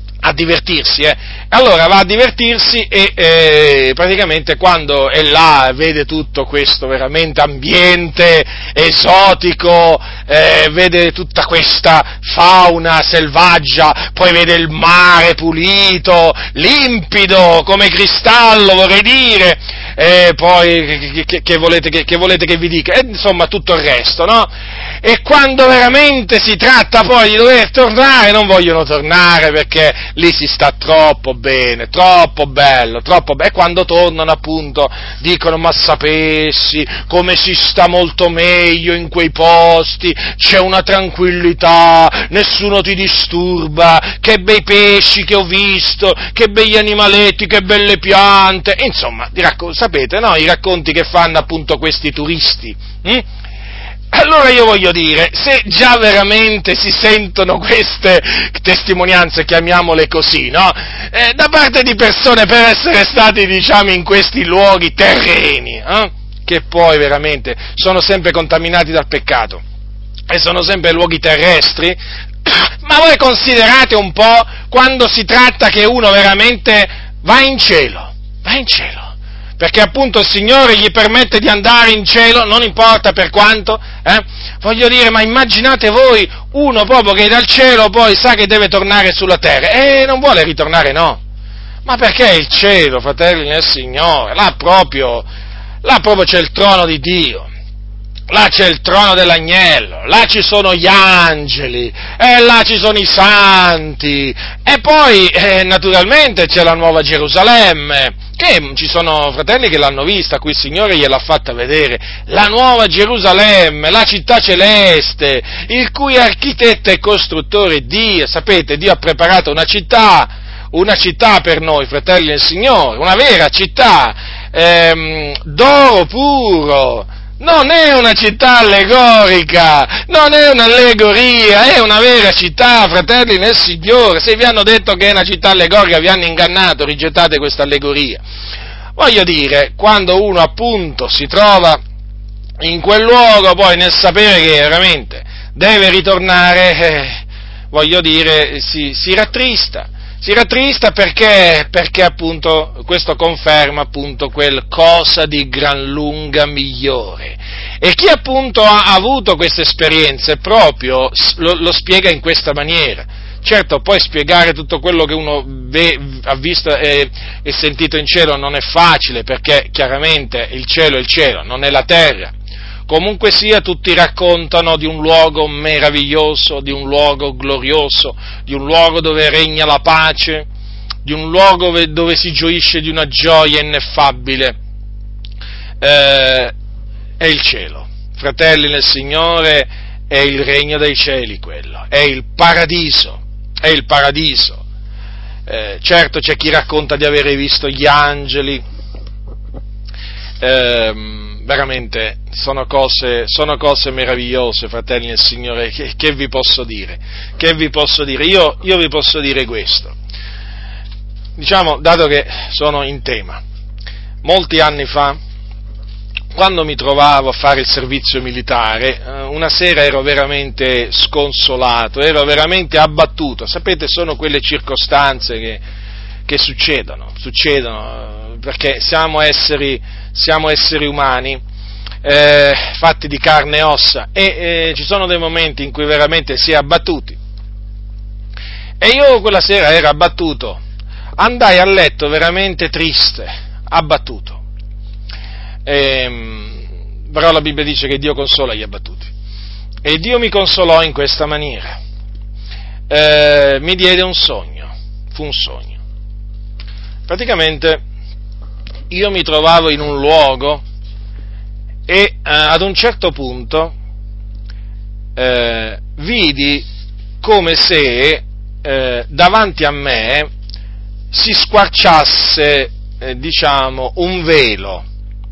Allora va a divertirsi e praticamente quando è là vede tutto questo veramente ambiente esotico, vede tutta questa fauna selvaggia, poi vede il mare pulito, limpido come cristallo, vorrei dire, poi che volete che vi dica? Insomma, tutto il resto, no? E quando veramente si tratta poi di dover tornare, non vogliono tornare perché lì si sta troppo bene, troppo bello, e quando tornano appunto dicono: ma sapessi come si sta molto meglio in quei posti, c'è una tranquillità, nessuno ti disturba, che bei pesci che ho visto, che begli animaletti, che belle piante, insomma, sapete, no? I racconti che fanno appunto questi turisti. Allora io voglio dire, se già veramente si sentono queste testimonianze, chiamiamole così, no? Da parte di persone per essere stati, diciamo, in questi luoghi terreni, che poi veramente sono sempre contaminati dal peccato. e sono sempre luoghi terrestri. Ma voi considerate un po' quando si tratta che uno veramente va in cielo, perché appunto il Signore gli permette di andare in cielo, non importa per quanto, voglio dire, ma immaginate voi uno proprio che dal cielo poi sa che deve tornare sulla terra e non vuole ritornare, no? Ma perché il cielo, fratelli nel Signore, là proprio c'è il trono di Dio. Là c'è il trono dell'agnello, là ci sono gli angeli, e là ci sono i santi, e poi naturalmente c'è la Nuova Gerusalemme, che ci sono fratelli che l'hanno vista, a cui il Signore gliel'ha fatta vedere, la Nuova Gerusalemme, la città celeste, il cui architetto e costruttore è Dio. Sapete, Dio ha preparato una città per noi, fratelli del Signore, una vera città, d'oro puro. Non è una città allegorica, non è un'allegoria, è una vera città, fratelli nel Signore. Se vi hanno detto che è una città allegorica, vi hanno ingannato, rigettate questa allegoria. Voglio dire, quando uno appunto si trova in quel luogo, poi nel sapere che veramente deve ritornare, voglio dire, si rattrista. Si rattrista perché appunto questo conferma appunto quel cosa di gran lunga migliore. E chi appunto ha avuto queste esperienze proprio lo spiega in questa maniera. Certo, poi spiegare tutto quello che uno ha visto e sentito in cielo non è facile, perché chiaramente il cielo è il cielo, non è la terra. Comunque sia, tutti raccontano di un luogo meraviglioso, di un luogo glorioso, di un luogo dove regna la pace, di un luogo dove si gioisce di una gioia ineffabile. È il cielo. Fratelli nel Signore, è il regno dei cieli quello, è il paradiso, Certo, c'è chi racconta di avere visto gli angeli, veramente sono cose meravigliose, fratelli nel Signore. Che vi posso dire? Io vi posso dire questo, diciamo, dato che sono in tema. Molti anni fa, quando mi trovavo a fare il servizio militare, una sera ero veramente sconsolato, ero veramente abbattuto. Sapete, sono quelle circostanze che succedono, perché siamo esseri umani, fatti di carne e ossa, e ci sono dei momenti in cui veramente si è abbattuti. E io quella sera ero abbattuto, andai a letto veramente triste, abbattuto. Però la Bibbia dice che Dio consola gli abbattuti, e Dio mi consolò in questa maniera. Mi diede un sogno, fu un sogno. Praticamente io mi trovavo in un luogo e ad un certo punto vidi come se davanti a me si squarciasse, un velo,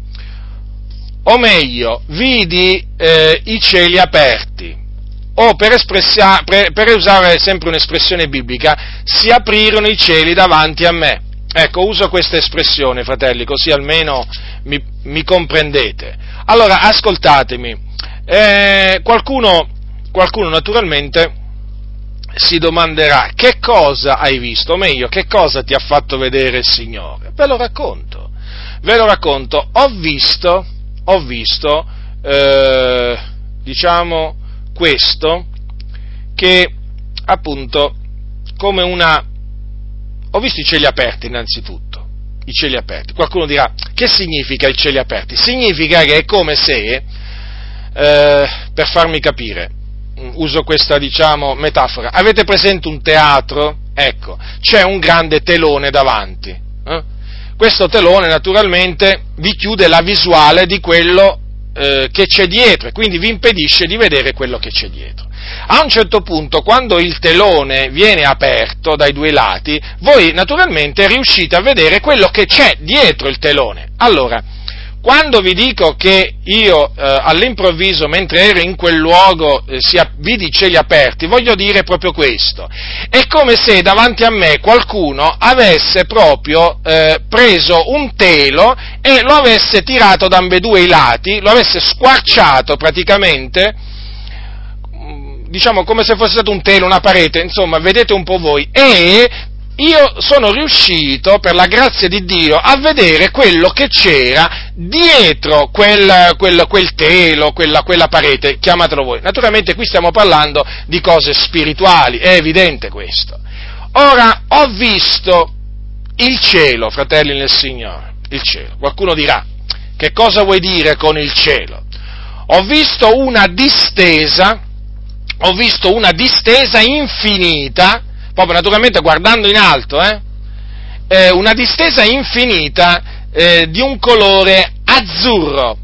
o meglio, vidi i cieli aperti, o per usare sempre un'espressione biblica, si aprirono i cieli davanti a me. Ecco, uso questa espressione, fratelli, così almeno mi comprendete. Allora, ascoltatemi, qualcuno naturalmente si domanderà: che cosa hai visto? O meglio, che cosa ti ha fatto vedere il Signore? Ve lo racconto. Ho visto, questo, che appunto ho visto i cieli aperti innanzitutto, i cieli aperti. Qualcuno dirà: che significa i cieli aperti? Significa che è come se, per farmi capire, uso questa, metafora, avete presente un teatro? Ecco, c'è un grande telone davanti, Questo telone naturalmente vi chiude la visuale di quello che c'è dietro, e quindi vi impedisce di vedere quello che c'è dietro. A un certo punto, quando il telone viene aperto dai due lati, voi naturalmente riuscite a vedere quello che c'è dietro il telone. Allora, quando vi dico che io all'improvviso, mentre ero in quel luogo, vidi i cieli aperti, voglio dire proprio questo. È come se davanti a me qualcuno avesse proprio preso un telo e lo avesse tirato da ambedue i lati, lo avesse squarciato praticamente, diciamo come se fosse stato un telo, una parete, insomma, vedete un po' voi, e io sono riuscito, per la grazia di Dio, a vedere quello che c'era dietro quel telo, quella parete, chiamatelo voi. Naturalmente qui stiamo parlando di cose spirituali, è evidente questo. Ora, ho visto il cielo, fratelli nel Signore, il cielo. Qualcuno dirà, che cosa vuoi dire con il cielo? Ho visto una distesa infinita, proprio naturalmente guardando in alto, una distesa infinita di un colore azzurro,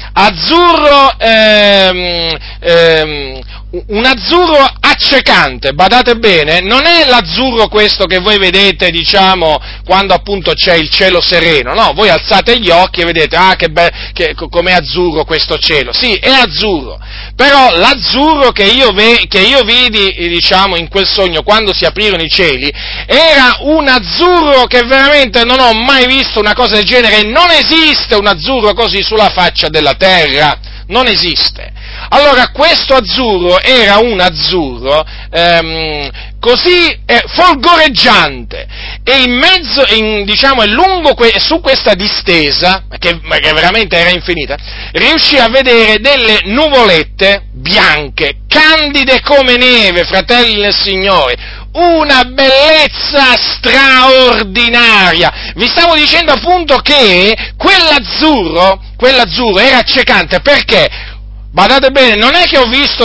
un azzurro accecante, badate bene, non è l'azzurro questo che voi vedete, diciamo, quando appunto c'è il cielo sereno, no, voi alzate gli occhi e vedete, com'è azzurro questo cielo, sì, è azzurro, però l'azzurro che io vidi, diciamo, in quel sogno, quando si aprirono i cieli, era un azzurro che veramente non ho mai visto una cosa del genere, non esiste un azzurro così sulla faccia della terra, non esiste. Allora, questo azzurro era un azzurro così folgoreggiante, e in mezzo, su questa distesa, che veramente era infinita, riuscì a vedere delle nuvolette bianche, candide come neve, fratelli del Signore, una bellezza straordinaria. Vi stavo dicendo appunto che quell'azzurro era accecante, perché? Badate bene, non è che ho visto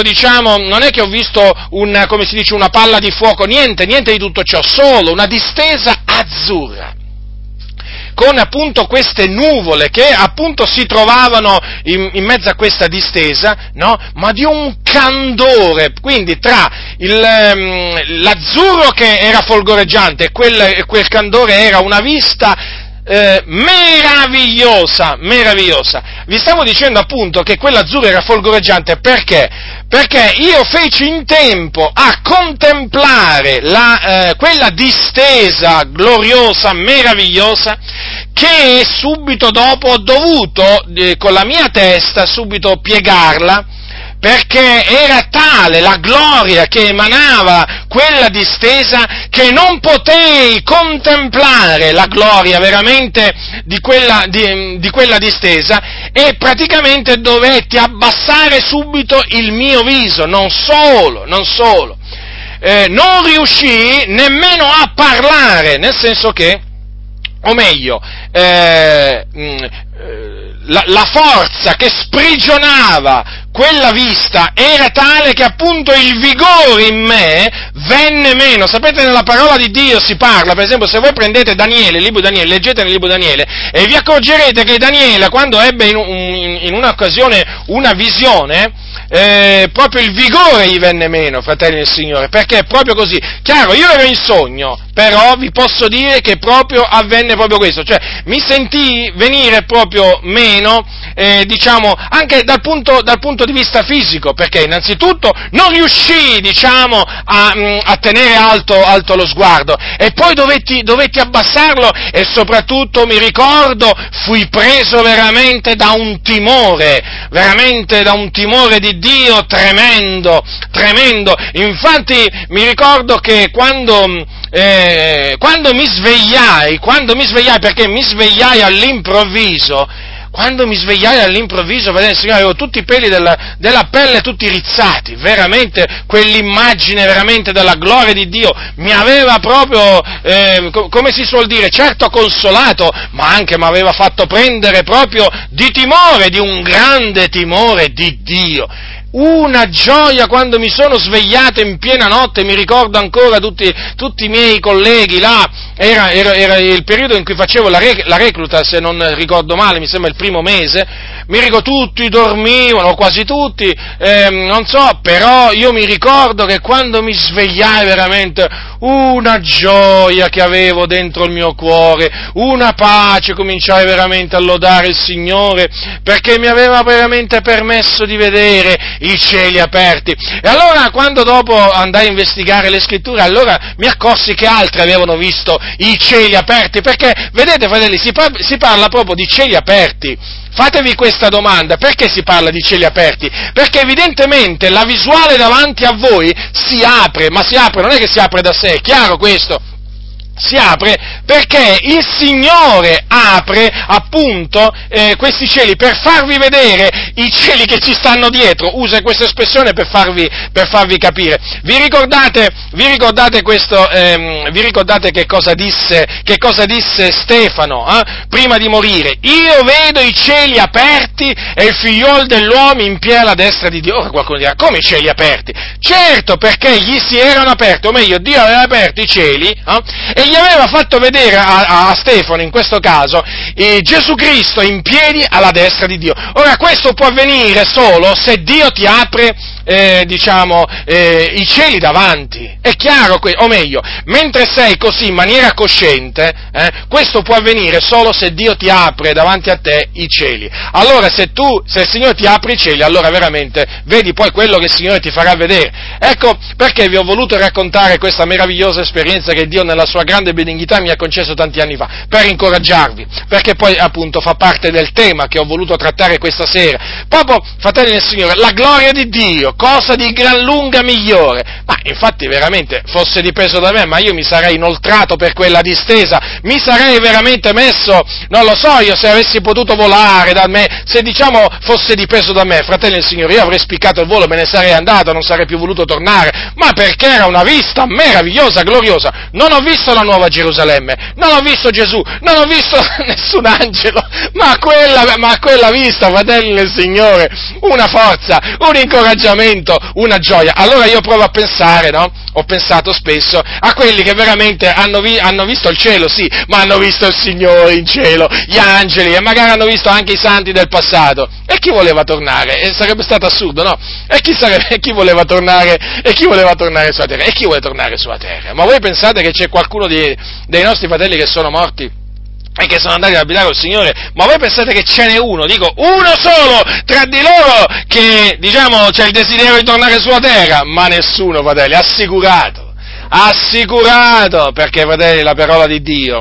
una palla di fuoco, niente di tutto ciò, solo una distesa azzurra, con appunto queste nuvole che appunto si trovavano in mezzo a questa distesa, no? Ma di un candore, quindi tra l'azzurro che era folgoreggiante e quel candore era una vista meravigliosa. Vi stavo dicendo appunto che quell'azzurro era folgoreggiante perché io feci in tempo a contemplare quella distesa gloriosa, meravigliosa, che subito dopo ho dovuto con la mia testa subito piegarla, perché era tale la gloria che emanava quella distesa che non potei contemplare la gloria veramente di quella distesa, e praticamente dovetti abbassare subito il mio viso, non solo, non riuscii nemmeno a parlare, nel senso che, o meglio, la forza che sprigionava quella vista era tale che appunto il vigore in me venne meno. Sapete, nella parola di Dio si parla, per esempio, se voi prendete Daniele, il libro di Daniele, leggete nel libro di Daniele, e vi accorgerete che Daniele, quando ebbe in un'occasione una visione, proprio il vigore gli venne meno, fratelli del Signore, perché è proprio così. Chiaro, io ero in sogno, però vi posso dire che proprio avvenne proprio questo, cioè mi sentii venire proprio meno, diciamo, anche dal punto di vista fisico, perché innanzitutto non riuscii, diciamo, a tenere alto lo sguardo, e poi dovetti abbassarlo, e soprattutto mi ricordo fui preso veramente da un timore di Dio tremendo. Infatti mi ricordo che quando mi svegliai, perché mi svegliai all'improvviso, vedete, Signore, avevo tutti i peli della pelle tutti rizzati, veramente, quell'immagine veramente della gloria di Dio mi aveva proprio, come si suol dire, certo consolato, ma anche mi aveva fatto prendere proprio di timore, di un grande timore di Dio. Una gioia quando mi sono svegliato in piena notte, mi ricordo ancora tutti i miei colleghi là, era il periodo in cui facevo la recluta, se non ricordo male, mi sembra il primo mese, mi ricordo tutti dormivano, quasi tutti, non so, però io mi ricordo che quando mi svegliai veramente una gioia che avevo dentro il mio cuore, una pace, cominciai veramente a lodare il Signore, perché mi aveva veramente permesso di vedere i cieli aperti. E allora, quando dopo andai a investigare le scritture, allora mi accorsi che altri avevano visto i cieli aperti, perché, vedete fratelli, si parla proprio di cieli aperti. Fatevi questa domanda: perché si parla di cieli aperti? Perché evidentemente la visuale davanti a voi si apre, ma si apre, non è che si apre da sé, è chiaro questo? Si apre perché il Signore apre appunto questi cieli per farvi vedere i cieli che ci stanno dietro. Usa questa espressione per farvi capire. Vi ricordate questo? Vi ricordate che cosa disse Stefano prima di morire? Io vedo i cieli aperti e il figliuolo dell'uomo in piedi alla destra di Dio. Ora qualcuno dirà: come i cieli aperti? Certo, perché gli si erano aperti, o meglio, Dio aveva aperto i cieli e gli aveva fatto vedere a Stefano, in questo caso, Gesù Cristo in piedi alla destra di Dio. Ora, questo può avvenire solo se Dio ti apre, i cieli davanti. È chiaro, o meglio, mentre sei così in maniera cosciente, questo può avvenire solo se Dio ti apre davanti a te i cieli. Allora, se il Signore ti apre i cieli, allora veramente vedi poi quello che il Signore ti farà vedere. Ecco perché vi ho voluto raccontare questa meravigliosa esperienza che Dio nella sua grande benignità mi ha concesso tanti anni fa, per incoraggiarvi, perché poi appunto fa parte del tema che ho voluto trattare questa sera. Proprio, fratelli del Signore, la gloria di Dio, cosa di gran lunga migliore. Ma infatti veramente, fosse dipeso da me, ma io mi sarei inoltrato per quella distesa, mi sarei veramente messo, non lo so io, se avessi potuto volare da me, se fosse dipeso da me, fratelli del Signore, io avrei spiccato il volo, me ne sarei andato, non sarei più voluto tornare, ma perché era una vista meravigliosa, gloriosa. Non ho visto la Nuova Gerusalemme, non ho visto Gesù, non ho visto nessun angelo, ma quella vista, fratelli del Signore, una forza, un incoraggiamento, una gioia. Allora io provo a pensare, no? Ho pensato spesso a quelli che veramente hanno visto il cielo, sì, ma hanno visto il Signore in cielo, gli angeli, e magari hanno visto anche i santi del passato. E chi voleva tornare? Sarebbe stato assurdo, no? E chi voleva tornare sulla terra? E chi vuole tornare sulla terra? Ma voi pensate che c'è qualcuno dei nostri fratelli che sono morti e che sono andati ad abitare col Signore? Ma voi pensate che ce n'è uno solo tra di loro che, c'è il desiderio di tornare sulla terra? Ma nessuno, fratelli, assicurato, perché, fratelli, la parola di Dio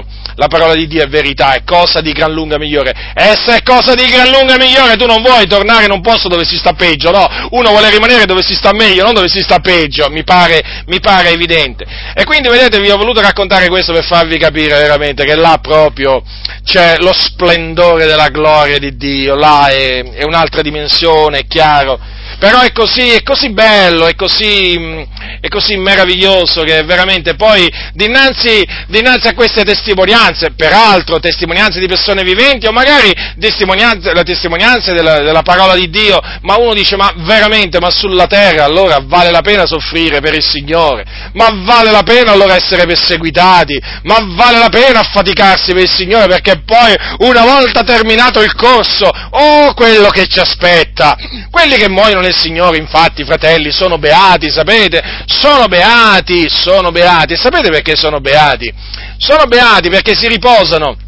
è verità, è cosa di gran lunga migliore. Essa è cosa di gran lunga migliore. Tu non vuoi tornare in un posto dove si sta peggio, no? Uno vuole rimanere dove si sta meglio, non dove si sta peggio, mi pare evidente. E quindi, vedete, vi ho voluto raccontare questo per farvi capire veramente che là proprio c'è lo splendore della gloria di Dio, là è un'altra dimensione, è chiaro. Però è così bello, è così meraviglioso che veramente poi dinanzi a queste testimonianze, peraltro testimonianze di persone viventi o magari la testimonianza della parola di Dio, ma uno dice: ma veramente, ma sulla terra allora vale la pena soffrire per il Signore? Ma vale la pena allora essere perseguitati? Ma vale la pena affaticarsi per il Signore, perché poi una volta terminato il corso, quello che ci aspetta? Quelli che muoiono nel Signore, infatti, fratelli, sono beati, sapete? Sono beati. E sapete perché sono beati? Sono beati perché si riposano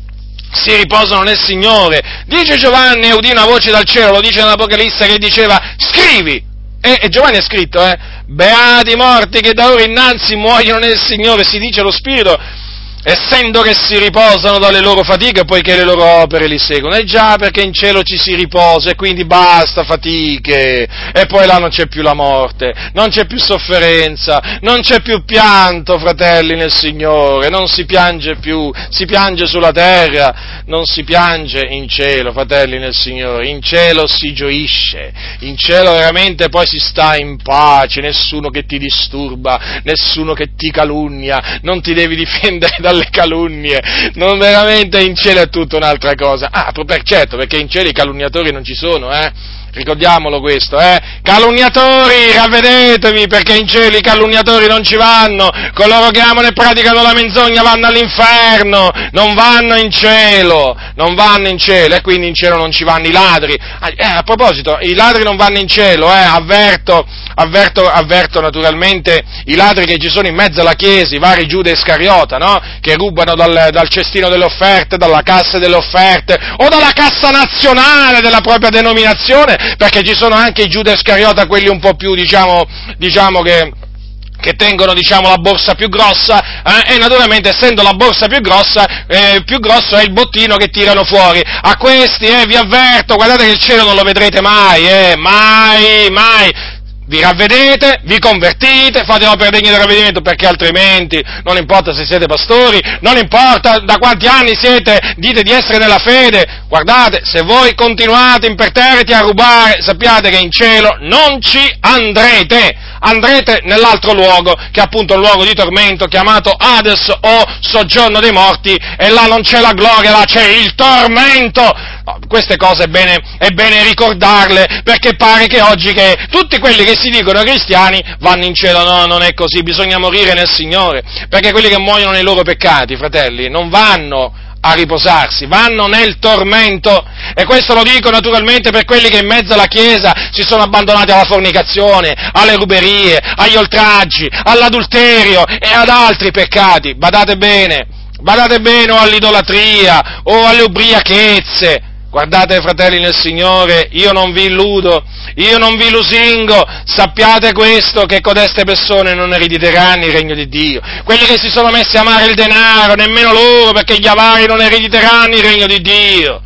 nel Signore. Dice Giovanni, udì una voce dal cielo, lo dice nell'Apocalisse, che diceva: scrivi! E Giovanni ha scritto, beati i morti che da ora innanzi muoiono nel Signore, si dice lo Spirito, essendo che si riposano dalle loro fatiche, poiché le loro opere li seguono. E già, perché in cielo ci si riposa, e quindi basta fatiche, e poi là non c'è più la morte, non c'è più sofferenza, non c'è più pianto, fratelli nel Signore, non si piange più, si piange sulla terra, non si piange in cielo, fratelli nel Signore, in cielo si gioisce, in cielo veramente poi si sta in pace, nessuno che ti disturba, nessuno che ti calunnia, non ti devi difendere dalle calunnie, non veramente, in cielo è tutta un'altra cosa. Certo, perché in cielo i calunniatori non ci sono, ricordiamolo questo, calunniatori, ravvedetevi, perché in cielo i calunniatori non ci vanno, coloro che amano e praticano la menzogna vanno all'inferno, non vanno in cielo, e quindi in cielo non ci vanno i ladri. A proposito, i ladri non vanno in cielo, avverto naturalmente i ladri che ci sono in mezzo alla chiesa, i vari Giuda Iscariota, no? Che rubano dal cestino delle offerte, dalla cassa delle offerte, o dalla cassa nazionale della propria denominazione, volte, perché ci sono anche i Giuda Iscariota, quelli un po' più, diciamo che tengono, la borsa più grossa, e naturalmente, essendo la borsa più grosso è il bottino che tirano fuori. A questi, vi avverto, guardate che il cielo non lo vedrete mai, mai. Vi ravvedete, vi convertite, fate opere degne del ravvedimento, perché altrimenti non importa se siete pastori, non importa da quanti anni siete, dite di essere nella fede, guardate, se voi continuate imperterriti a rubare, sappiate che in cielo non ci andrete nell'altro luogo, che è appunto un luogo di tormento, chiamato Hades o soggiorno dei morti, e là non c'è la gloria, là c'è il tormento. Queste cose è bene ricordarle, perché pare che oggi che tutti quelli che si dicono cristiani vanno in cielo. No, non è così, bisogna morire nel Signore, perché quelli che muoiono nei loro peccati, fratelli, non vanno a riposarsi, vanno nel tormento, e questo lo dico naturalmente per quelli che in mezzo alla Chiesa si sono abbandonati alla fornicazione, alle ruberie, agli oltraggi, all'adulterio e ad altri peccati. Badate bene, o all'idolatria, o alle ubriachezze. Guardate, fratelli nel Signore, io non vi illudo, io non vi lusingo, sappiate questo, che codeste persone non erediteranno il regno di Dio. Quelli che si sono messi a amare il denaro, nemmeno loro, perché gli avari non erediteranno il regno di Dio.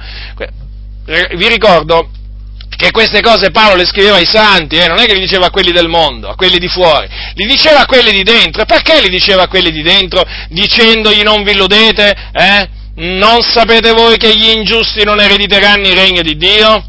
Vi ricordo che queste cose Paolo le scriveva ai santi, non è che li diceva a quelli del mondo, a quelli di fuori, li diceva a quelli di dentro. E perché li diceva a quelli di dentro, dicendogli non vi illudete, Non sapete voi che gli ingiusti non erediteranno il regno di Dio?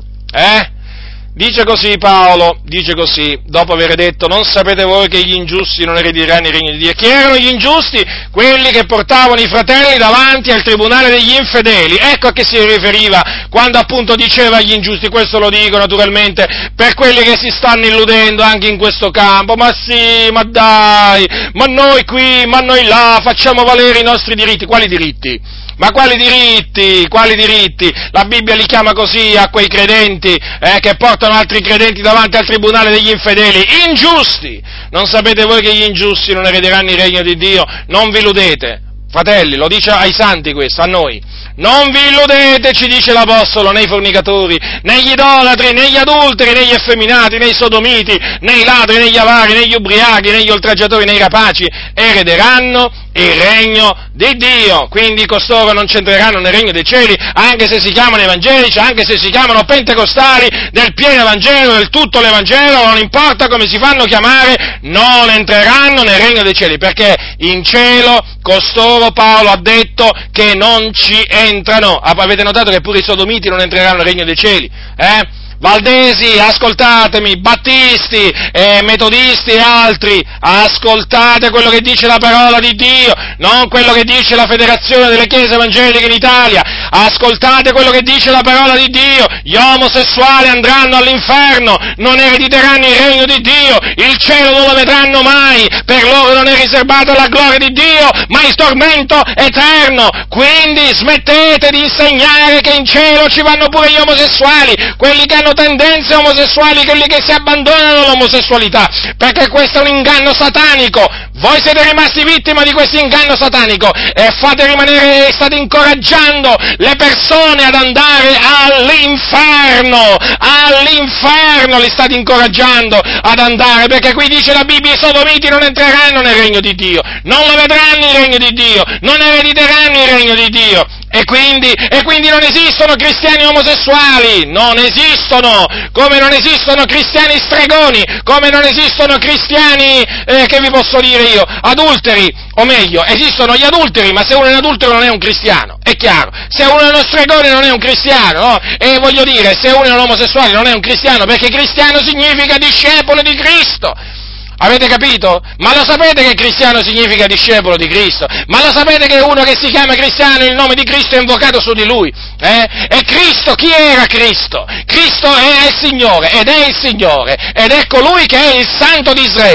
Dice così Paolo, dopo aver detto, non sapete voi che gli ingiusti non erediteranno il regno di Dio? Chi erano gli ingiusti? Quelli che portavano i fratelli davanti al tribunale degli infedeli. Ecco a che si riferiva quando appunto diceva gli ingiusti. Questo lo dico naturalmente per quelli che si stanno illudendo anche in questo campo. Ma sì, ma dai, ma noi qui, ma noi là, facciamo valere i nostri diritti. Quali diritti? Ma quali diritti? La Bibbia li chiama così a quei credenti che portano altri credenti davanti al tribunale degli infedeli, ingiusti! Non sapete voi che gli ingiusti non erederanno il regno di Dio? Non vi illudete, fratelli, lo dice ai santi questo, a noi. Non vi illudete, ci dice l'Apostolo, nei fornicatori, negli idolatri, negli adulteri, negli effeminati, nei sodomiti, nei ladri, negli avari, negli ubriachi, negli oltraggiatori, nei rapaci, erederanno il regno di Dio. Quindi costoro non c'entreranno nel regno dei cieli, anche se si chiamano evangelici, anche se si chiamano pentecostali, del pieno evangelo, del tutto l'evangelo, non importa come si fanno chiamare, non entreranno nel regno dei cieli, perché in cielo costoro, Paolo ha detto, che non ci entrano. Avete notato che pure i sodomiti non entreranno nel regno dei cieli? Valdesi, ascoltatemi, battisti, metodisti e altri, ascoltate quello che dice la parola di Dio, non quello che dice la Federazione delle Chiese Evangeliche in Italia, ascoltate quello che dice la parola di Dio. Gli omosessuali andranno all'inferno, non erediteranno il regno di Dio, il cielo non lo vedranno mai, per loro non è riservata la gloria di Dio, ma il tormento eterno. Quindi smettete di insegnare che in cielo ci vanno pure gli omosessuali, quelli che hanno tendenze omosessuali, quelli che si abbandonano all'omosessualità, perché questo è un inganno satanico. Voi siete rimasti vittima di questo inganno satanico e state incoraggiando le persone ad andare all'inferno li state incoraggiando ad andare, perché qui dice la Bibbia, i sodomiti non entreranno nel regno di Dio, non lo vedranno il regno di Dio, non erediteranno il regno di Dio. E quindi non esistono cristiani omosessuali, non esistono, come non esistono cristiani stregoni, come non esistono cristiani, che vi posso dire io, adulteri, o meglio, esistono gli adulteri, ma se uno è un adultero non è un cristiano, è chiaro, se uno è uno stregone non è un cristiano, no? E voglio dire, se uno è un omosessuale non è un cristiano, perché cristiano significa discepolo di Cristo. Avete capito? Ma lo sapete che cristiano significa discepolo di Cristo? Ma lo sapete che uno che si chiama cristiano, il nome di Cristo è invocato su di lui? E Cristo, chi era Cristo? Cristo è il Signore, ed è colui che è il Santo di Israele.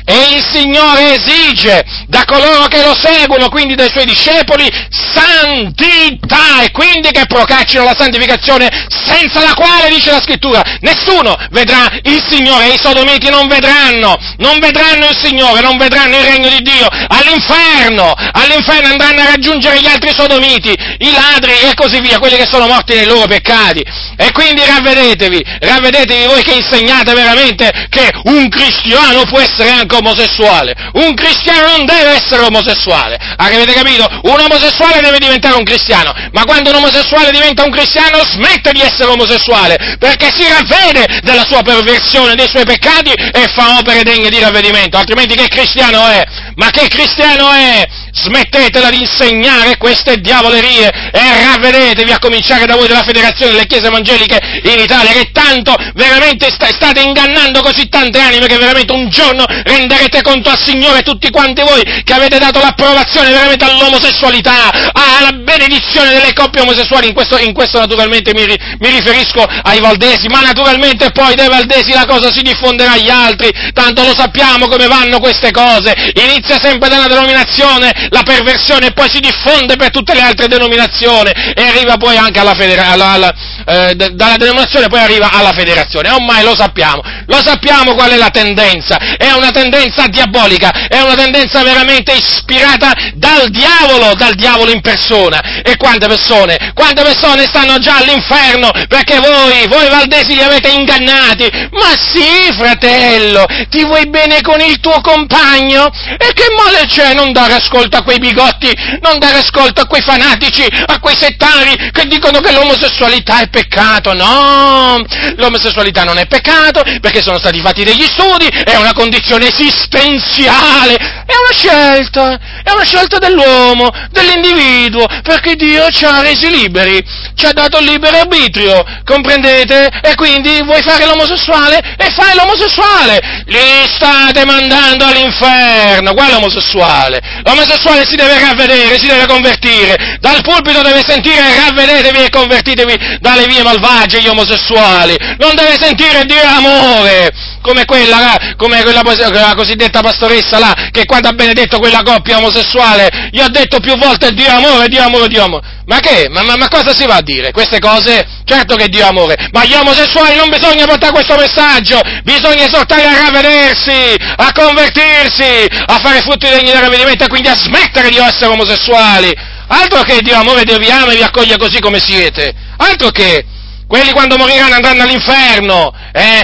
e il Signore esige da coloro che lo seguono, quindi dai Suoi discepoli, santità, e quindi che procaccino la santificazione, senza la quale, dice la Scrittura, nessuno vedrà il Signore, e i sodomiti non vedranno il Signore, non vedranno il regno di Dio. All'inferno andranno a raggiungere gli altri sodomiti, i ladri e così via, quelli che sono morti nei loro peccati. E quindi ravvedetevi voi che insegnate veramente che un cristiano può essere anche omosessuale. Un cristiano non deve essere omosessuale. Avete capito? Un omosessuale deve diventare un cristiano, ma quando un omosessuale diventa un cristiano smette di essere omosessuale, perché si ravvede della sua perversione, dei suoi peccati e fa opere degne di ravvedimento, altrimenti che cristiano è? Ma che cristiano è? Smettetela di insegnare queste diavolerie e ravvedetevi, a cominciare da voi della Federazione delle Chiese Evangeliche in Italia, che tanto veramente state ingannando così tante anime, che veramente un giorno renderete conto al Signore, tutti quanti voi che avete dato l'approvazione veramente all'omosessualità, alla benedizione delle coppie omosessuali. In questo naturalmente mi riferisco ai valdesi, ma naturalmente poi dai valdesi la cosa si diffonderà agli altri, tanto lo sappiamo come vanno queste cose, inizia sempre da una denominazione la perversione e poi si diffonde per tutte le altre denominazioni e arriva poi anche dalla denominazione poi arriva alla federazione. Ormai lo sappiamo qual è la tendenza, è una tendenza diabolica, è una tendenza veramente ispirata dal diavolo in persona. E quante persone stanno già all'inferno perché voi valdesi li avete ingannati. Ma sì, fratello, ti vuoi bene con il tuo compagno? E che male c'è non dare ascolto a quei bigotti, non dare ascolto a quei fanatici, a quei settari che dicono che l'omosessualità è peccato? No, l'omosessualità non è peccato, perché sono stati fatti degli studi, è una condizione esistenziale, è una scelta dell'uomo, dell'individuo, perché Dio ci ha resi liberi, ci ha dato il libero arbitrio, comprendete? E quindi vuoi fare l'omosessuale? E fai l'omosessuale! Li state mandando all'inferno! Qual è l'omosessuale? L'omosessuale si deve ravvedere, si deve convertire, dal pulpito deve sentire ravvedetevi e convertitevi dalle vie malvagie gli omosessuali, non deve sentire Dio amore, come quella cosiddetta pastoressa là, che quando ha benedetto quella coppia omosessuale, gli ha detto più volte Dio amore. Ma che? Ma cosa si va a dire? Queste cose? Certo che Dio è amore, ma gli omosessuali non bisogna portare questo messaggio, bisogna esortarli a ravvedersi, a convertirsi, a fare frutti degni di ravvedimento e quindi a smettere di essere omosessuali. Altro che Dio amore, Dio vi ama e vi accoglie così come siete. Altro che... Quelli quando moriranno andranno all'inferno, e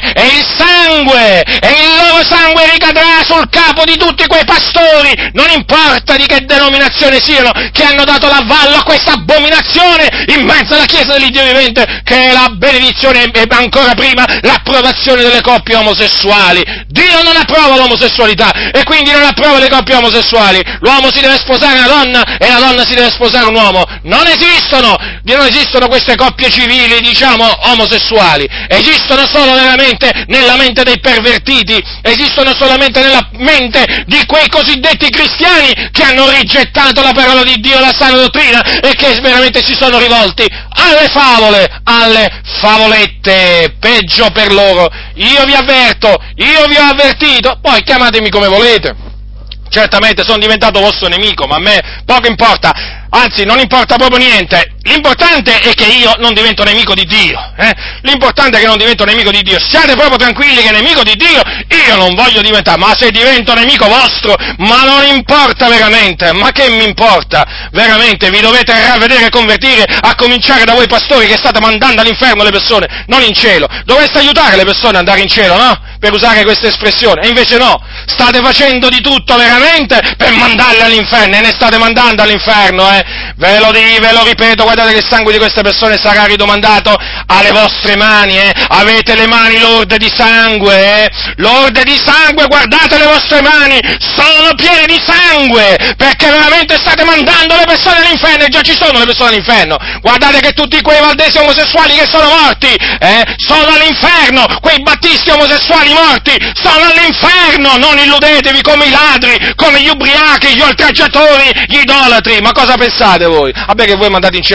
il loro sangue ricadrà sul capo di tutti quei pastori, non importa di che denominazione siano, che hanno dato l'avallo a questa abominazione in mezzo alla Chiesa dell'Iddio vivente, che è la benedizione e ancora prima l'approvazione delle coppie omosessuali. Dio non approva l'omosessualità e quindi non approva le coppie omosessuali. L'uomo si deve sposare una donna e la donna si deve sposare un uomo. Non esistono queste coppie civili, diciamo, omosessuali, esistono solo veramente nella mente dei pervertiti, esistono solamente nella mente di quei cosiddetti cristiani che hanno rigettato la parola di Dio, la sana dottrina, e che veramente si sono rivolti alle favole, alle favolette, peggio per loro. Io vi ho avvertito, poi chiamatemi come volete. Certamente sono diventato vostro nemico, ma a me poco importa, anzi non importa proprio niente. L'importante è che io non divento nemico di Dio, L'importante è che non divento nemico di Dio. Siate proprio tranquilli che nemico di Dio io non voglio diventare, ma se divento nemico vostro, ma non importa veramente, ma che mi importa? Veramente vi dovete ravvedere e convertire, a cominciare da voi pastori che state mandando all'inferno le persone, non in cielo. Dovreste aiutare le persone ad andare in cielo, no? Per usare questa espressione, e invece no, state facendo di tutto veramente per mandarle all'inferno, e ne state mandando all'inferno, Ve lo ripeto, guardate che il sangue di queste persone sarà ridomandato alle vostre mani, Avete le mani lorde di sangue, Lorde di sangue, guardate le vostre mani, sono piene di sangue, perché veramente state mandando le persone all'inferno, e già ci sono le persone all'inferno. Guardate che tutti quei valdesi omosessuali che sono morti, sono all'inferno, quei battisti omosessuali morti sono all'inferno, non illudetevi come i ladri, come gli ubriachi, gli oltraggiatori, gli idolatri. Ma cosa pensate voi? Vabbè che voi mandate in cielo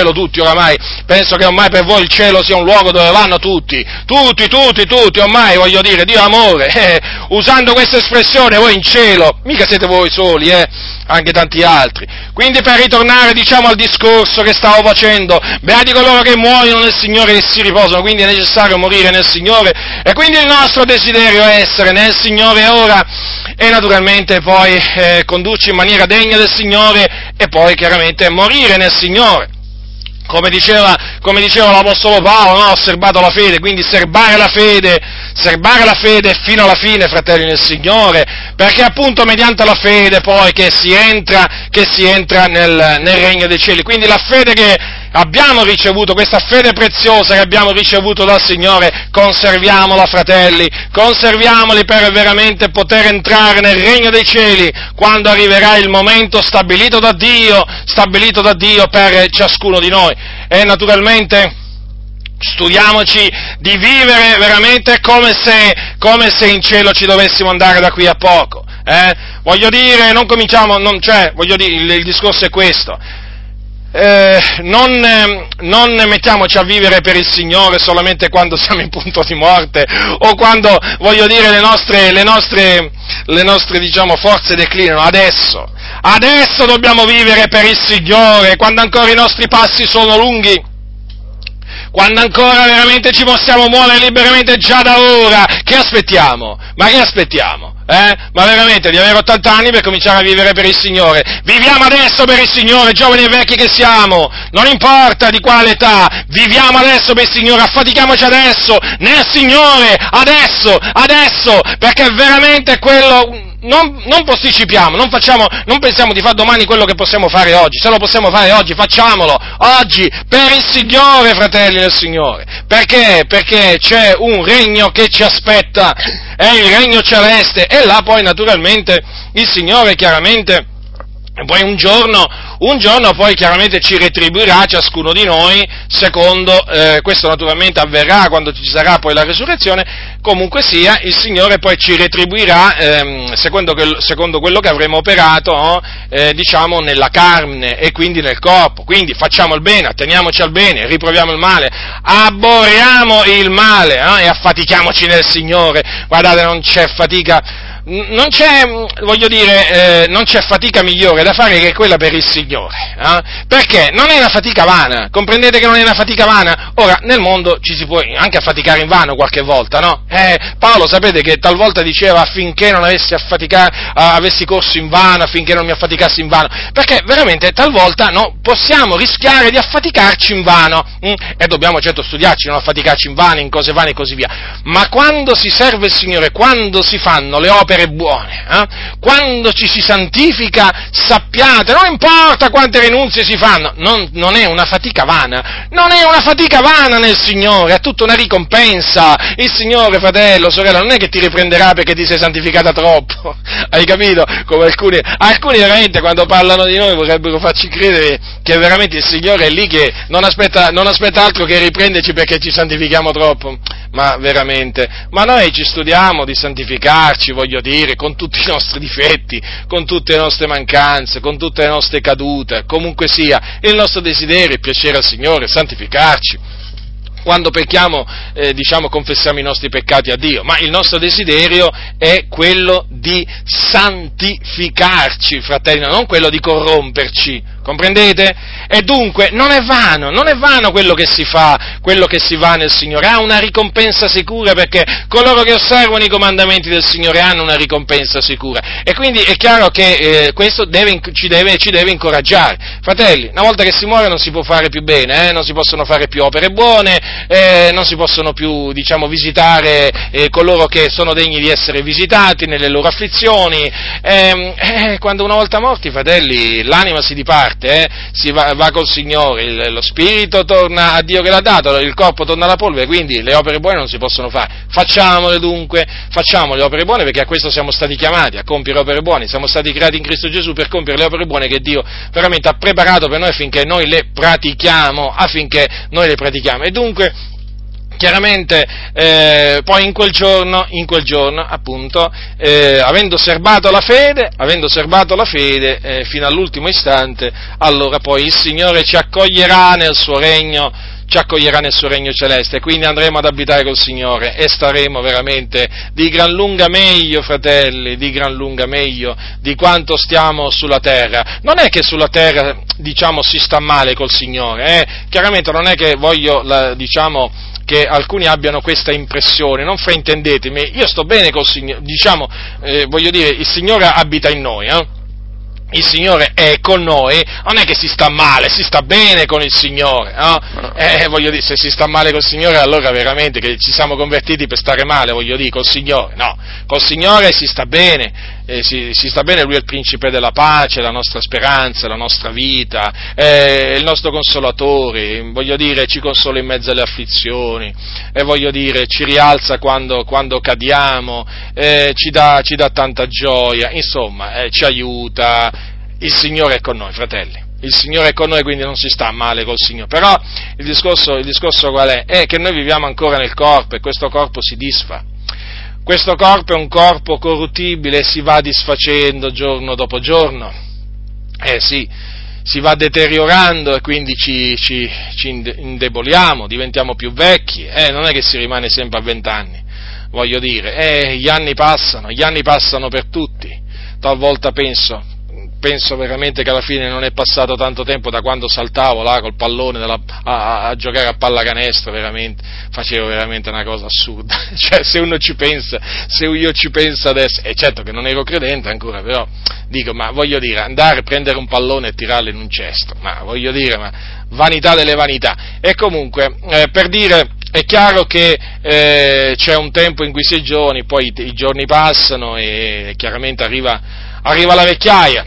cielo tutti oramai, penso che ormai per voi il cielo sia un luogo dove vanno tutti, ormai voglio dire, Dio amore, usando questa espressione voi in cielo, mica siete voi soli, anche tanti altri. Quindi per ritornare, al discorso che stavo facendo, beati coloro che muoiono nel Signore e si riposano, quindi è necessario morire nel Signore, e quindi il nostro desiderio è essere nel Signore ora, e naturalmente poi condurci in maniera degna del Signore, e poi chiaramente morire nel Signore. Come diceva l'Apostolo Paolo, no? Osservato la fede, quindi serbare la fede fino alla fine, fratelli nel Signore, perché appunto mediante la fede poi che si entra nel regno dei cieli. Quindi la fede che abbiamo ricevuto, questa fede preziosa che abbiamo ricevuto dal Signore, conserviamola, fratelli, conserviamoli per veramente poter entrare nel regno dei cieli quando arriverà il momento stabilito da Dio per ciascuno di noi. E naturalmente studiamoci di vivere veramente come se in cielo ci dovessimo andare da qui a poco. Voglio dire, il discorso è questo. Non mettiamoci a vivere per il Signore solamente quando siamo in punto di morte, o quando, voglio dire, le nostre forze declinano. Adesso dobbiamo vivere per il Signore, quando ancora i nostri passi sono lunghi, quando ancora veramente ci possiamo muovere liberamente già da ora. Che aspettiamo? Ma che aspettiamo? Ma veramente di avere 80 anni per cominciare a vivere per il Signore? Viviamo adesso per il Signore, giovani e vecchi che siamo, non importa di quale età, viviamo adesso per il Signore, affatichiamoci adesso, nel Signore, adesso, perché veramente quello. Non posticipiamo, non pensiamo di fare domani quello che possiamo fare oggi. Se lo possiamo fare oggi, facciamolo oggi per il Signore, fratelli del Signore. Perché? Perché c'è un regno che ci aspetta, è il regno celeste, e là poi naturalmente il Signore chiaramente poi un giorno poi chiaramente ci retribuirà ciascuno di noi secondo, questo naturalmente avverrà quando ci sarà poi la resurrezione. Comunque sia, il Signore poi ci retribuirà secondo quello che avremo operato, nella carne e quindi nel corpo. Quindi facciamo il bene, atteniamoci al bene, riproviamo il male, aborriamo il male, e affatichiamoci nel Signore. Guardate, non c'è fatica migliore da fare che quella per il Signore, perché non è una fatica vana, comprendete che non è una fatica vana? Ora, nel mondo ci si può anche affaticare in vano qualche volta, no? Paolo, sapete che talvolta diceva affinché non avessi corso in vano, affinché non mi affaticassi in vano, perché veramente talvolta, no, possiamo rischiare di affaticarci in vano, e dobbiamo certo studiarci, non affaticarci in vano, in cose vane e così via, ma quando si serve il Signore, quando si fanno le opere buone, quando ci si santifica, sappiate, non importa quante rinunzie si fanno, non è una fatica vana, nel Signore, è tutta una ricompensa. Il Signore, fratello, sorella, non è che ti riprenderà perché ti sei santificata troppo, hai capito? Come alcuni veramente quando parlano di noi vorrebbero farci credere che veramente il Signore è lì che non aspetta altro che riprenderci perché ci santifichiamo troppo. Ma veramente, ma noi ci studiamo di santificarci, voglio dire, con tutti i nostri difetti, con tutte le nostre mancanze, con tutte le nostre cadute, comunque sia, il nostro desiderio è piacere al Signore, santificarci. Quando pecchiamo, confessiamo i nostri peccati a Dio, ma il nostro desiderio è quello di santificarci, fratelli, non quello di corromperci, comprendete? E dunque non è vano quello che si fa nel Signore, ha una ricompensa sicura, perché coloro che osservano i comandamenti del Signore hanno una ricompensa sicura, e quindi è chiaro che questo ci deve incoraggiare. Fratelli, una volta che si muore non si può fare più bene, non si possono fare più opere buone, non si possono più, visitare coloro che sono degni di essere visitati nelle loro afflizioni, quando una volta morti, fratelli, l'anima si diparte, si va col Signore, lo spirito torna a Dio che l'ha dato, il corpo torna alla polvere, quindi le opere buone non si possono fare. Facciamole dunque, facciamo le opere buone, perché a questo siamo stati chiamati, a compiere opere buone, siamo stati creati in Cristo Gesù per compiere le opere buone che Dio veramente ha preparato per noi affinché noi le pratichiamo, e dunque chiaramente, poi in quel giorno, appunto, avendo serbato la fede, fino all'ultimo istante, allora poi il Signore ci accoglierà nel suo regno celeste, quindi andremo ad abitare col Signore e staremo veramente di gran lunga meglio, fratelli, di gran lunga meglio di quanto stiamo sulla terra. Non è che sulla terra, si sta male col Signore, chiaramente non è che voglio, che alcuni abbiano questa impressione, non fraintendetemi, io sto bene col Signore, il Signore abita in noi, il Signore è con noi, non è che si sta male, si sta bene con il Signore, no? Se si sta male col Signore, allora veramente che ci siamo convertiti per stare male, col Signore, no, col Signore si sta bene, si sta bene, Lui è il principe della pace, la nostra speranza, la nostra vita, il nostro consolatore, ci consola in mezzo alle afflizioni, ci rialza quando cadiamo, ci dà tanta gioia, insomma, ci aiuta. Il Signore è con noi, fratelli. Il Signore è con noi, quindi non si sta male col Signore. Però il discorso qual è? È che noi viviamo ancora nel corpo e questo corpo si disfa. Questo corpo è un corpo corruttibile e si va disfacendo giorno dopo giorno. Si va deteriorando e quindi ci indeboliamo, diventiamo più vecchi. Non è che si rimane sempre a 20 anni. Gli anni passano per tutti. Talvolta penso veramente che alla fine non è passato tanto tempo da quando saltavo là col pallone a giocare a pallacanestro, veramente, facevo veramente una cosa assurda, cioè se io ci penso adesso, e certo che non ero credente ancora, però dico, andare a prendere un pallone e tirarlo in un cesto, ma vanità delle vanità, e comunque, per dire, è chiaro che c'è un tempo in cui si è giovani, poi i giorni passano e chiaramente arriva la vecchiaia,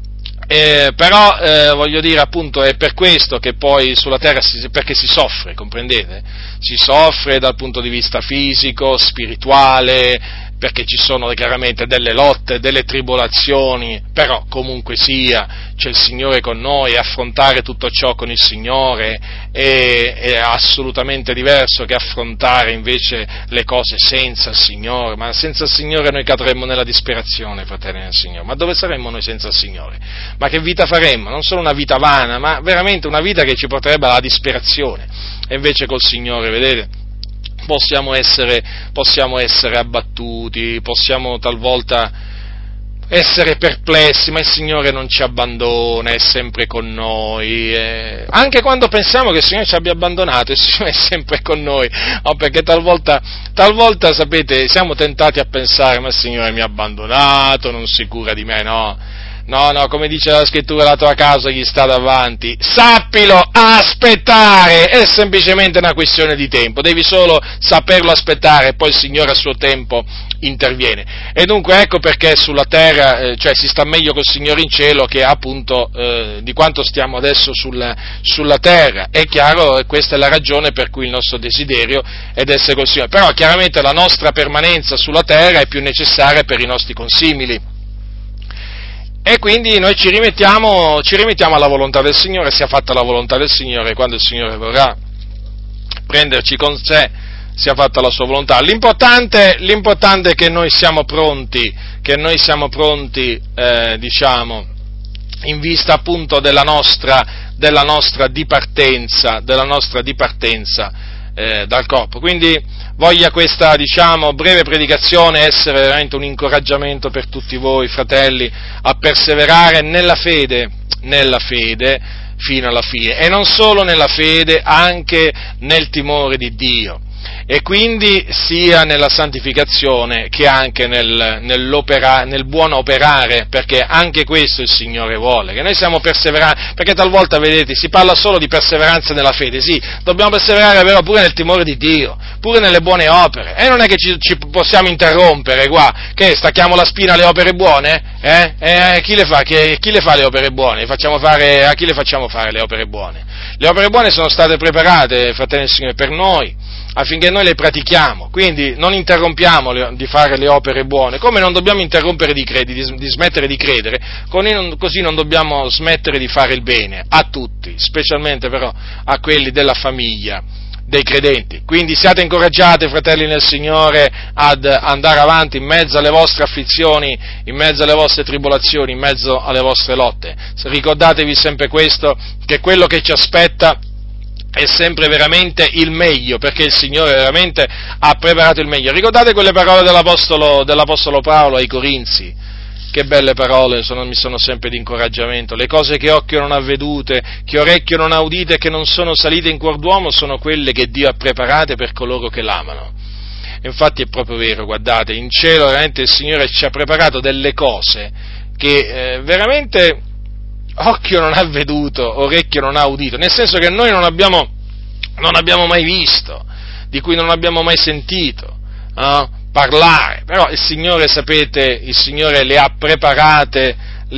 però appunto è per questo che poi sulla terra perché si soffre, comprendete? Si soffre dal punto di vista fisico, spirituale, perché ci sono chiaramente delle lotte, delle tribolazioni, però comunque sia, c'è il Signore con noi, e affrontare tutto ciò con il Signore è assolutamente diverso che affrontare invece le cose senza il Signore. Ma senza il Signore noi cadremmo nella disperazione, fratelli del Signore. Ma dove saremmo noi senza il Signore? Ma che vita faremmo? Non solo una vita vana, ma veramente una vita che ci porterebbe alla disperazione. E invece col Signore, vedete, possiamo essere abbattuti, possiamo talvolta essere perplessi, ma il Signore non ci abbandona, è sempre con noi, anche quando pensiamo che il Signore ci abbia abbandonato, il Signore è sempre con noi, perché talvolta, sapete, siamo tentati a pensare, ma il Signore mi ha abbandonato, non si cura di me, No, come dice la scrittura, la tua causa gli sta davanti. Sappilo aspettare, è semplicemente una questione di tempo, devi solo saperlo aspettare e poi il Signore a suo tempo interviene. E dunque ecco perché sulla terra, si sta meglio col Signore in cielo che appunto di quanto stiamo adesso sulla terra. È chiaro, questa è la ragione per cui il nostro desiderio è essere col Signore. Però chiaramente la nostra permanenza sulla terra è più necessaria per i nostri consimili. E quindi noi ci rimettiamo alla volontà del Signore, sia fatta la volontà del Signore, quando il Signore vorrà prenderci con sé, sia fatta la sua volontà. L'importante è che noi siamo pronti, in vista appunto della nostra dipartenza dal corpo. Quindi voglia questa, breve predicazione essere veramente un incoraggiamento per tutti voi, fratelli, a perseverare nella fede fino alla fine, e non solo nella fede, anche nel timore di Dio, e quindi sia nella santificazione che anche nel buon operare, perché anche questo il Signore vuole, che noi siamo perseveranti, perché talvolta, vedete, si parla solo di perseveranza nella fede, sì, dobbiamo perseverare però pure nel timore di Dio, pure nelle buone opere, e non è che ci possiamo interrompere qua, che stacchiamo la spina alle opere buone? Chi le fa le opere buone? A chi le facciamo fare le opere buone? Le opere buone sono state preparate, fratelli del Signore, per noi, affinché noi le pratichiamo, quindi non interrompiamo di fare le opere buone, come non dobbiamo interrompere di smettere di credere, così non dobbiamo smettere di fare il bene a tutti, specialmente però a quelli della famiglia dei credenti. Quindi siate incoraggiati, fratelli nel Signore, ad andare avanti in mezzo alle vostre afflizioni, in mezzo alle vostre tribolazioni, in mezzo alle vostre lotte. Ricordatevi sempre questo, che quello che ci aspetta è sempre veramente il meglio, perché il Signore veramente ha preparato il meglio. Ricordate quelle parole dell'Apostolo Paolo ai Corinzi? Che belle parole, mi sono sempre di incoraggiamento. Le cose che occhio non ha vedute, che orecchio non ha udite e che non sono salite in cuor d'uomo sono quelle che Dio ha preparate per coloro che l'amano. Infatti è proprio vero, guardate, in cielo veramente il Signore ci ha preparato delle cose che veramente occhio non ha veduto, orecchio non ha udito, nel senso che noi non abbiamo mai visto, di cui non abbiamo mai sentito parlare, però il Signore, sapete, il Signore le ha preparate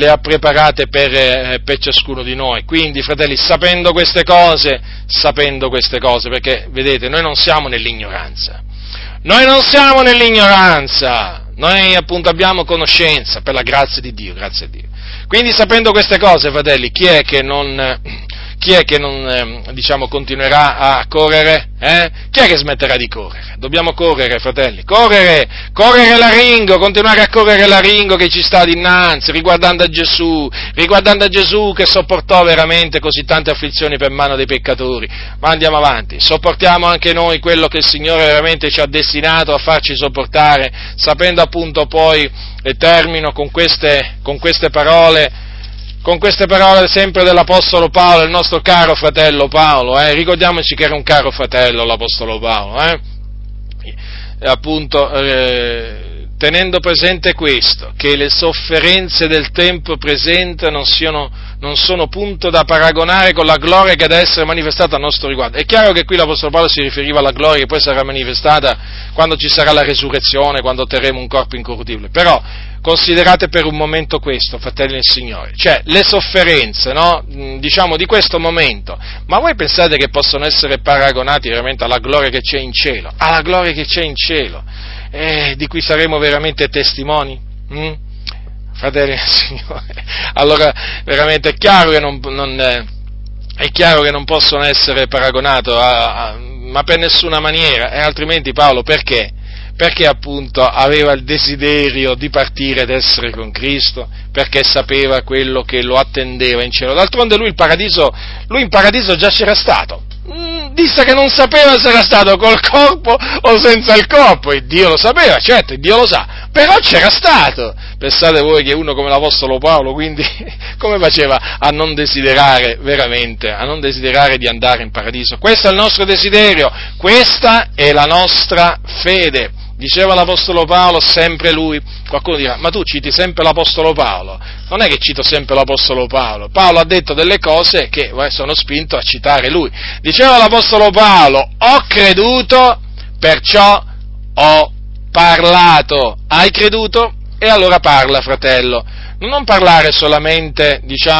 per ciascuno di noi. Quindi, fratelli, sapendo queste cose, perché, vedete, noi non siamo nell'ignoranza, noi appunto abbiamo conoscenza per la grazia di Dio, grazie a Dio. Quindi, sapendo queste cose, fratelli, chi è che non continuerà a correre? Chi è che smetterà di correre? Dobbiamo correre, fratelli, correre l'aringo, continuare a correre l'aringo che ci sta dinanzi, riguardando a Gesù che sopportò veramente così tante afflizioni per mano dei peccatori. Ma andiamo avanti, sopportiamo anche noi quello che il Signore veramente ci ha destinato a farci sopportare, sapendo appunto poi, e termino con queste parole sempre dell'Apostolo Paolo, il nostro caro fratello Paolo, ricordiamoci che era un caro fratello l'Apostolo Paolo, appunto, tenendo presente questo, che le sofferenze del tempo presente non sono punto da paragonare con la gloria che deve essere manifestata a nostro riguardo. È chiaro che qui l'Apostolo Paolo si riferiva alla gloria che poi sarà manifestata quando ci sarà la resurrezione, quando otterremo un corpo incorruttibile, però considerate per un momento questo, fratelli del Signore, cioè le sofferenze, no? Diciamo di questo momento, ma voi pensate che possono essere paragonati veramente alla gloria che c'è in cielo? Alla gloria che c'è in cielo, di cui saremo veramente testimoni? Fratelli del Signore, allora veramente è chiaro che non possono essere paragonati ma per nessuna maniera, e altrimenti Paolo perché? Perché appunto aveva il desiderio di partire ed essere con Cristo, perché sapeva quello che lo attendeva in cielo. D'altronde lui in paradiso già c'era stato. Disse che non sapeva se era stato col corpo o senza il corpo, e Dio lo sapeva, certo, Dio lo sa, però c'era stato. Pensate voi che uno come l'Apostolo Paolo, quindi, come faceva a non desiderare veramente, a non desiderare di andare in paradiso? Questo è il nostro desiderio, questa è la nostra fede. Diceva l'Apostolo Paolo, sempre lui. Qualcuno dirà, ma tu citi sempre l'Apostolo Paolo? Non è che cito sempre l'Apostolo Paolo. Paolo ha detto delle cose che sono spinto a citare lui. Diceva l'Apostolo Paolo, ho creduto, perciò ho parlato. Hai creduto? E allora parla, fratello. Non parlare solamente,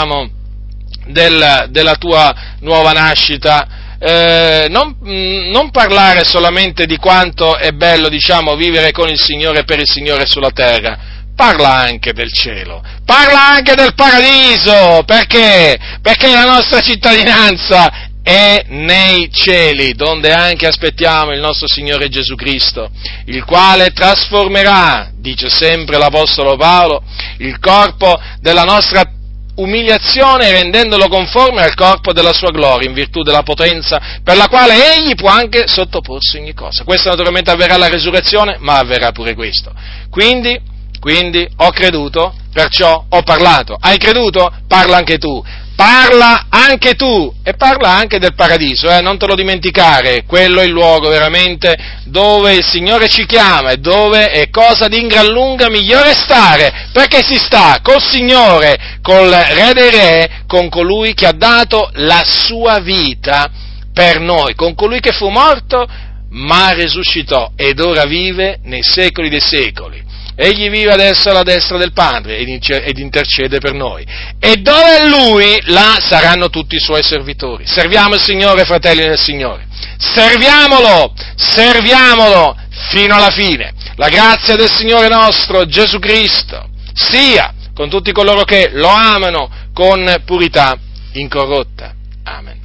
della tua nuova nascita, non parlare solamente di quanto è bello, vivere con il Signore e per il Signore sulla terra, parla anche del cielo, parla anche del paradiso, perché la nostra cittadinanza è nei cieli, donde anche aspettiamo il nostro Signore Gesù Cristo, il quale trasformerà, dice sempre l'Apostolo Paolo, il corpo della nostra umiliazione, rendendolo conforme al corpo della sua gloria, in virtù della potenza per la quale egli può anche sottoporsi ogni cosa. Questo naturalmente avverrà alla resurrezione, ma avverrà pure questo. Quindi ho creduto, perciò ho parlato. Hai creduto? Parla anche tu. Parla anche tu, e parla anche del paradiso, non te lo dimenticare, quello è il luogo veramente dove il Signore ci chiama e dove è cosa di gran lunga migliore stare, perché si sta col Signore, col Re dei Re, con colui che ha dato la sua vita per noi, con colui che fu morto ma risuscitò ed ora vive nei secoli dei secoli. Egli vive adesso alla destra del Padre ed intercede per noi. E dove è Lui, là saranno tutti i Suoi servitori. Serviamo il Signore, fratelli del Signore. Serviamolo fino alla fine. La grazia del Signore nostro Gesù Cristo sia con tutti coloro che lo amano con purità incorrotta. Amen.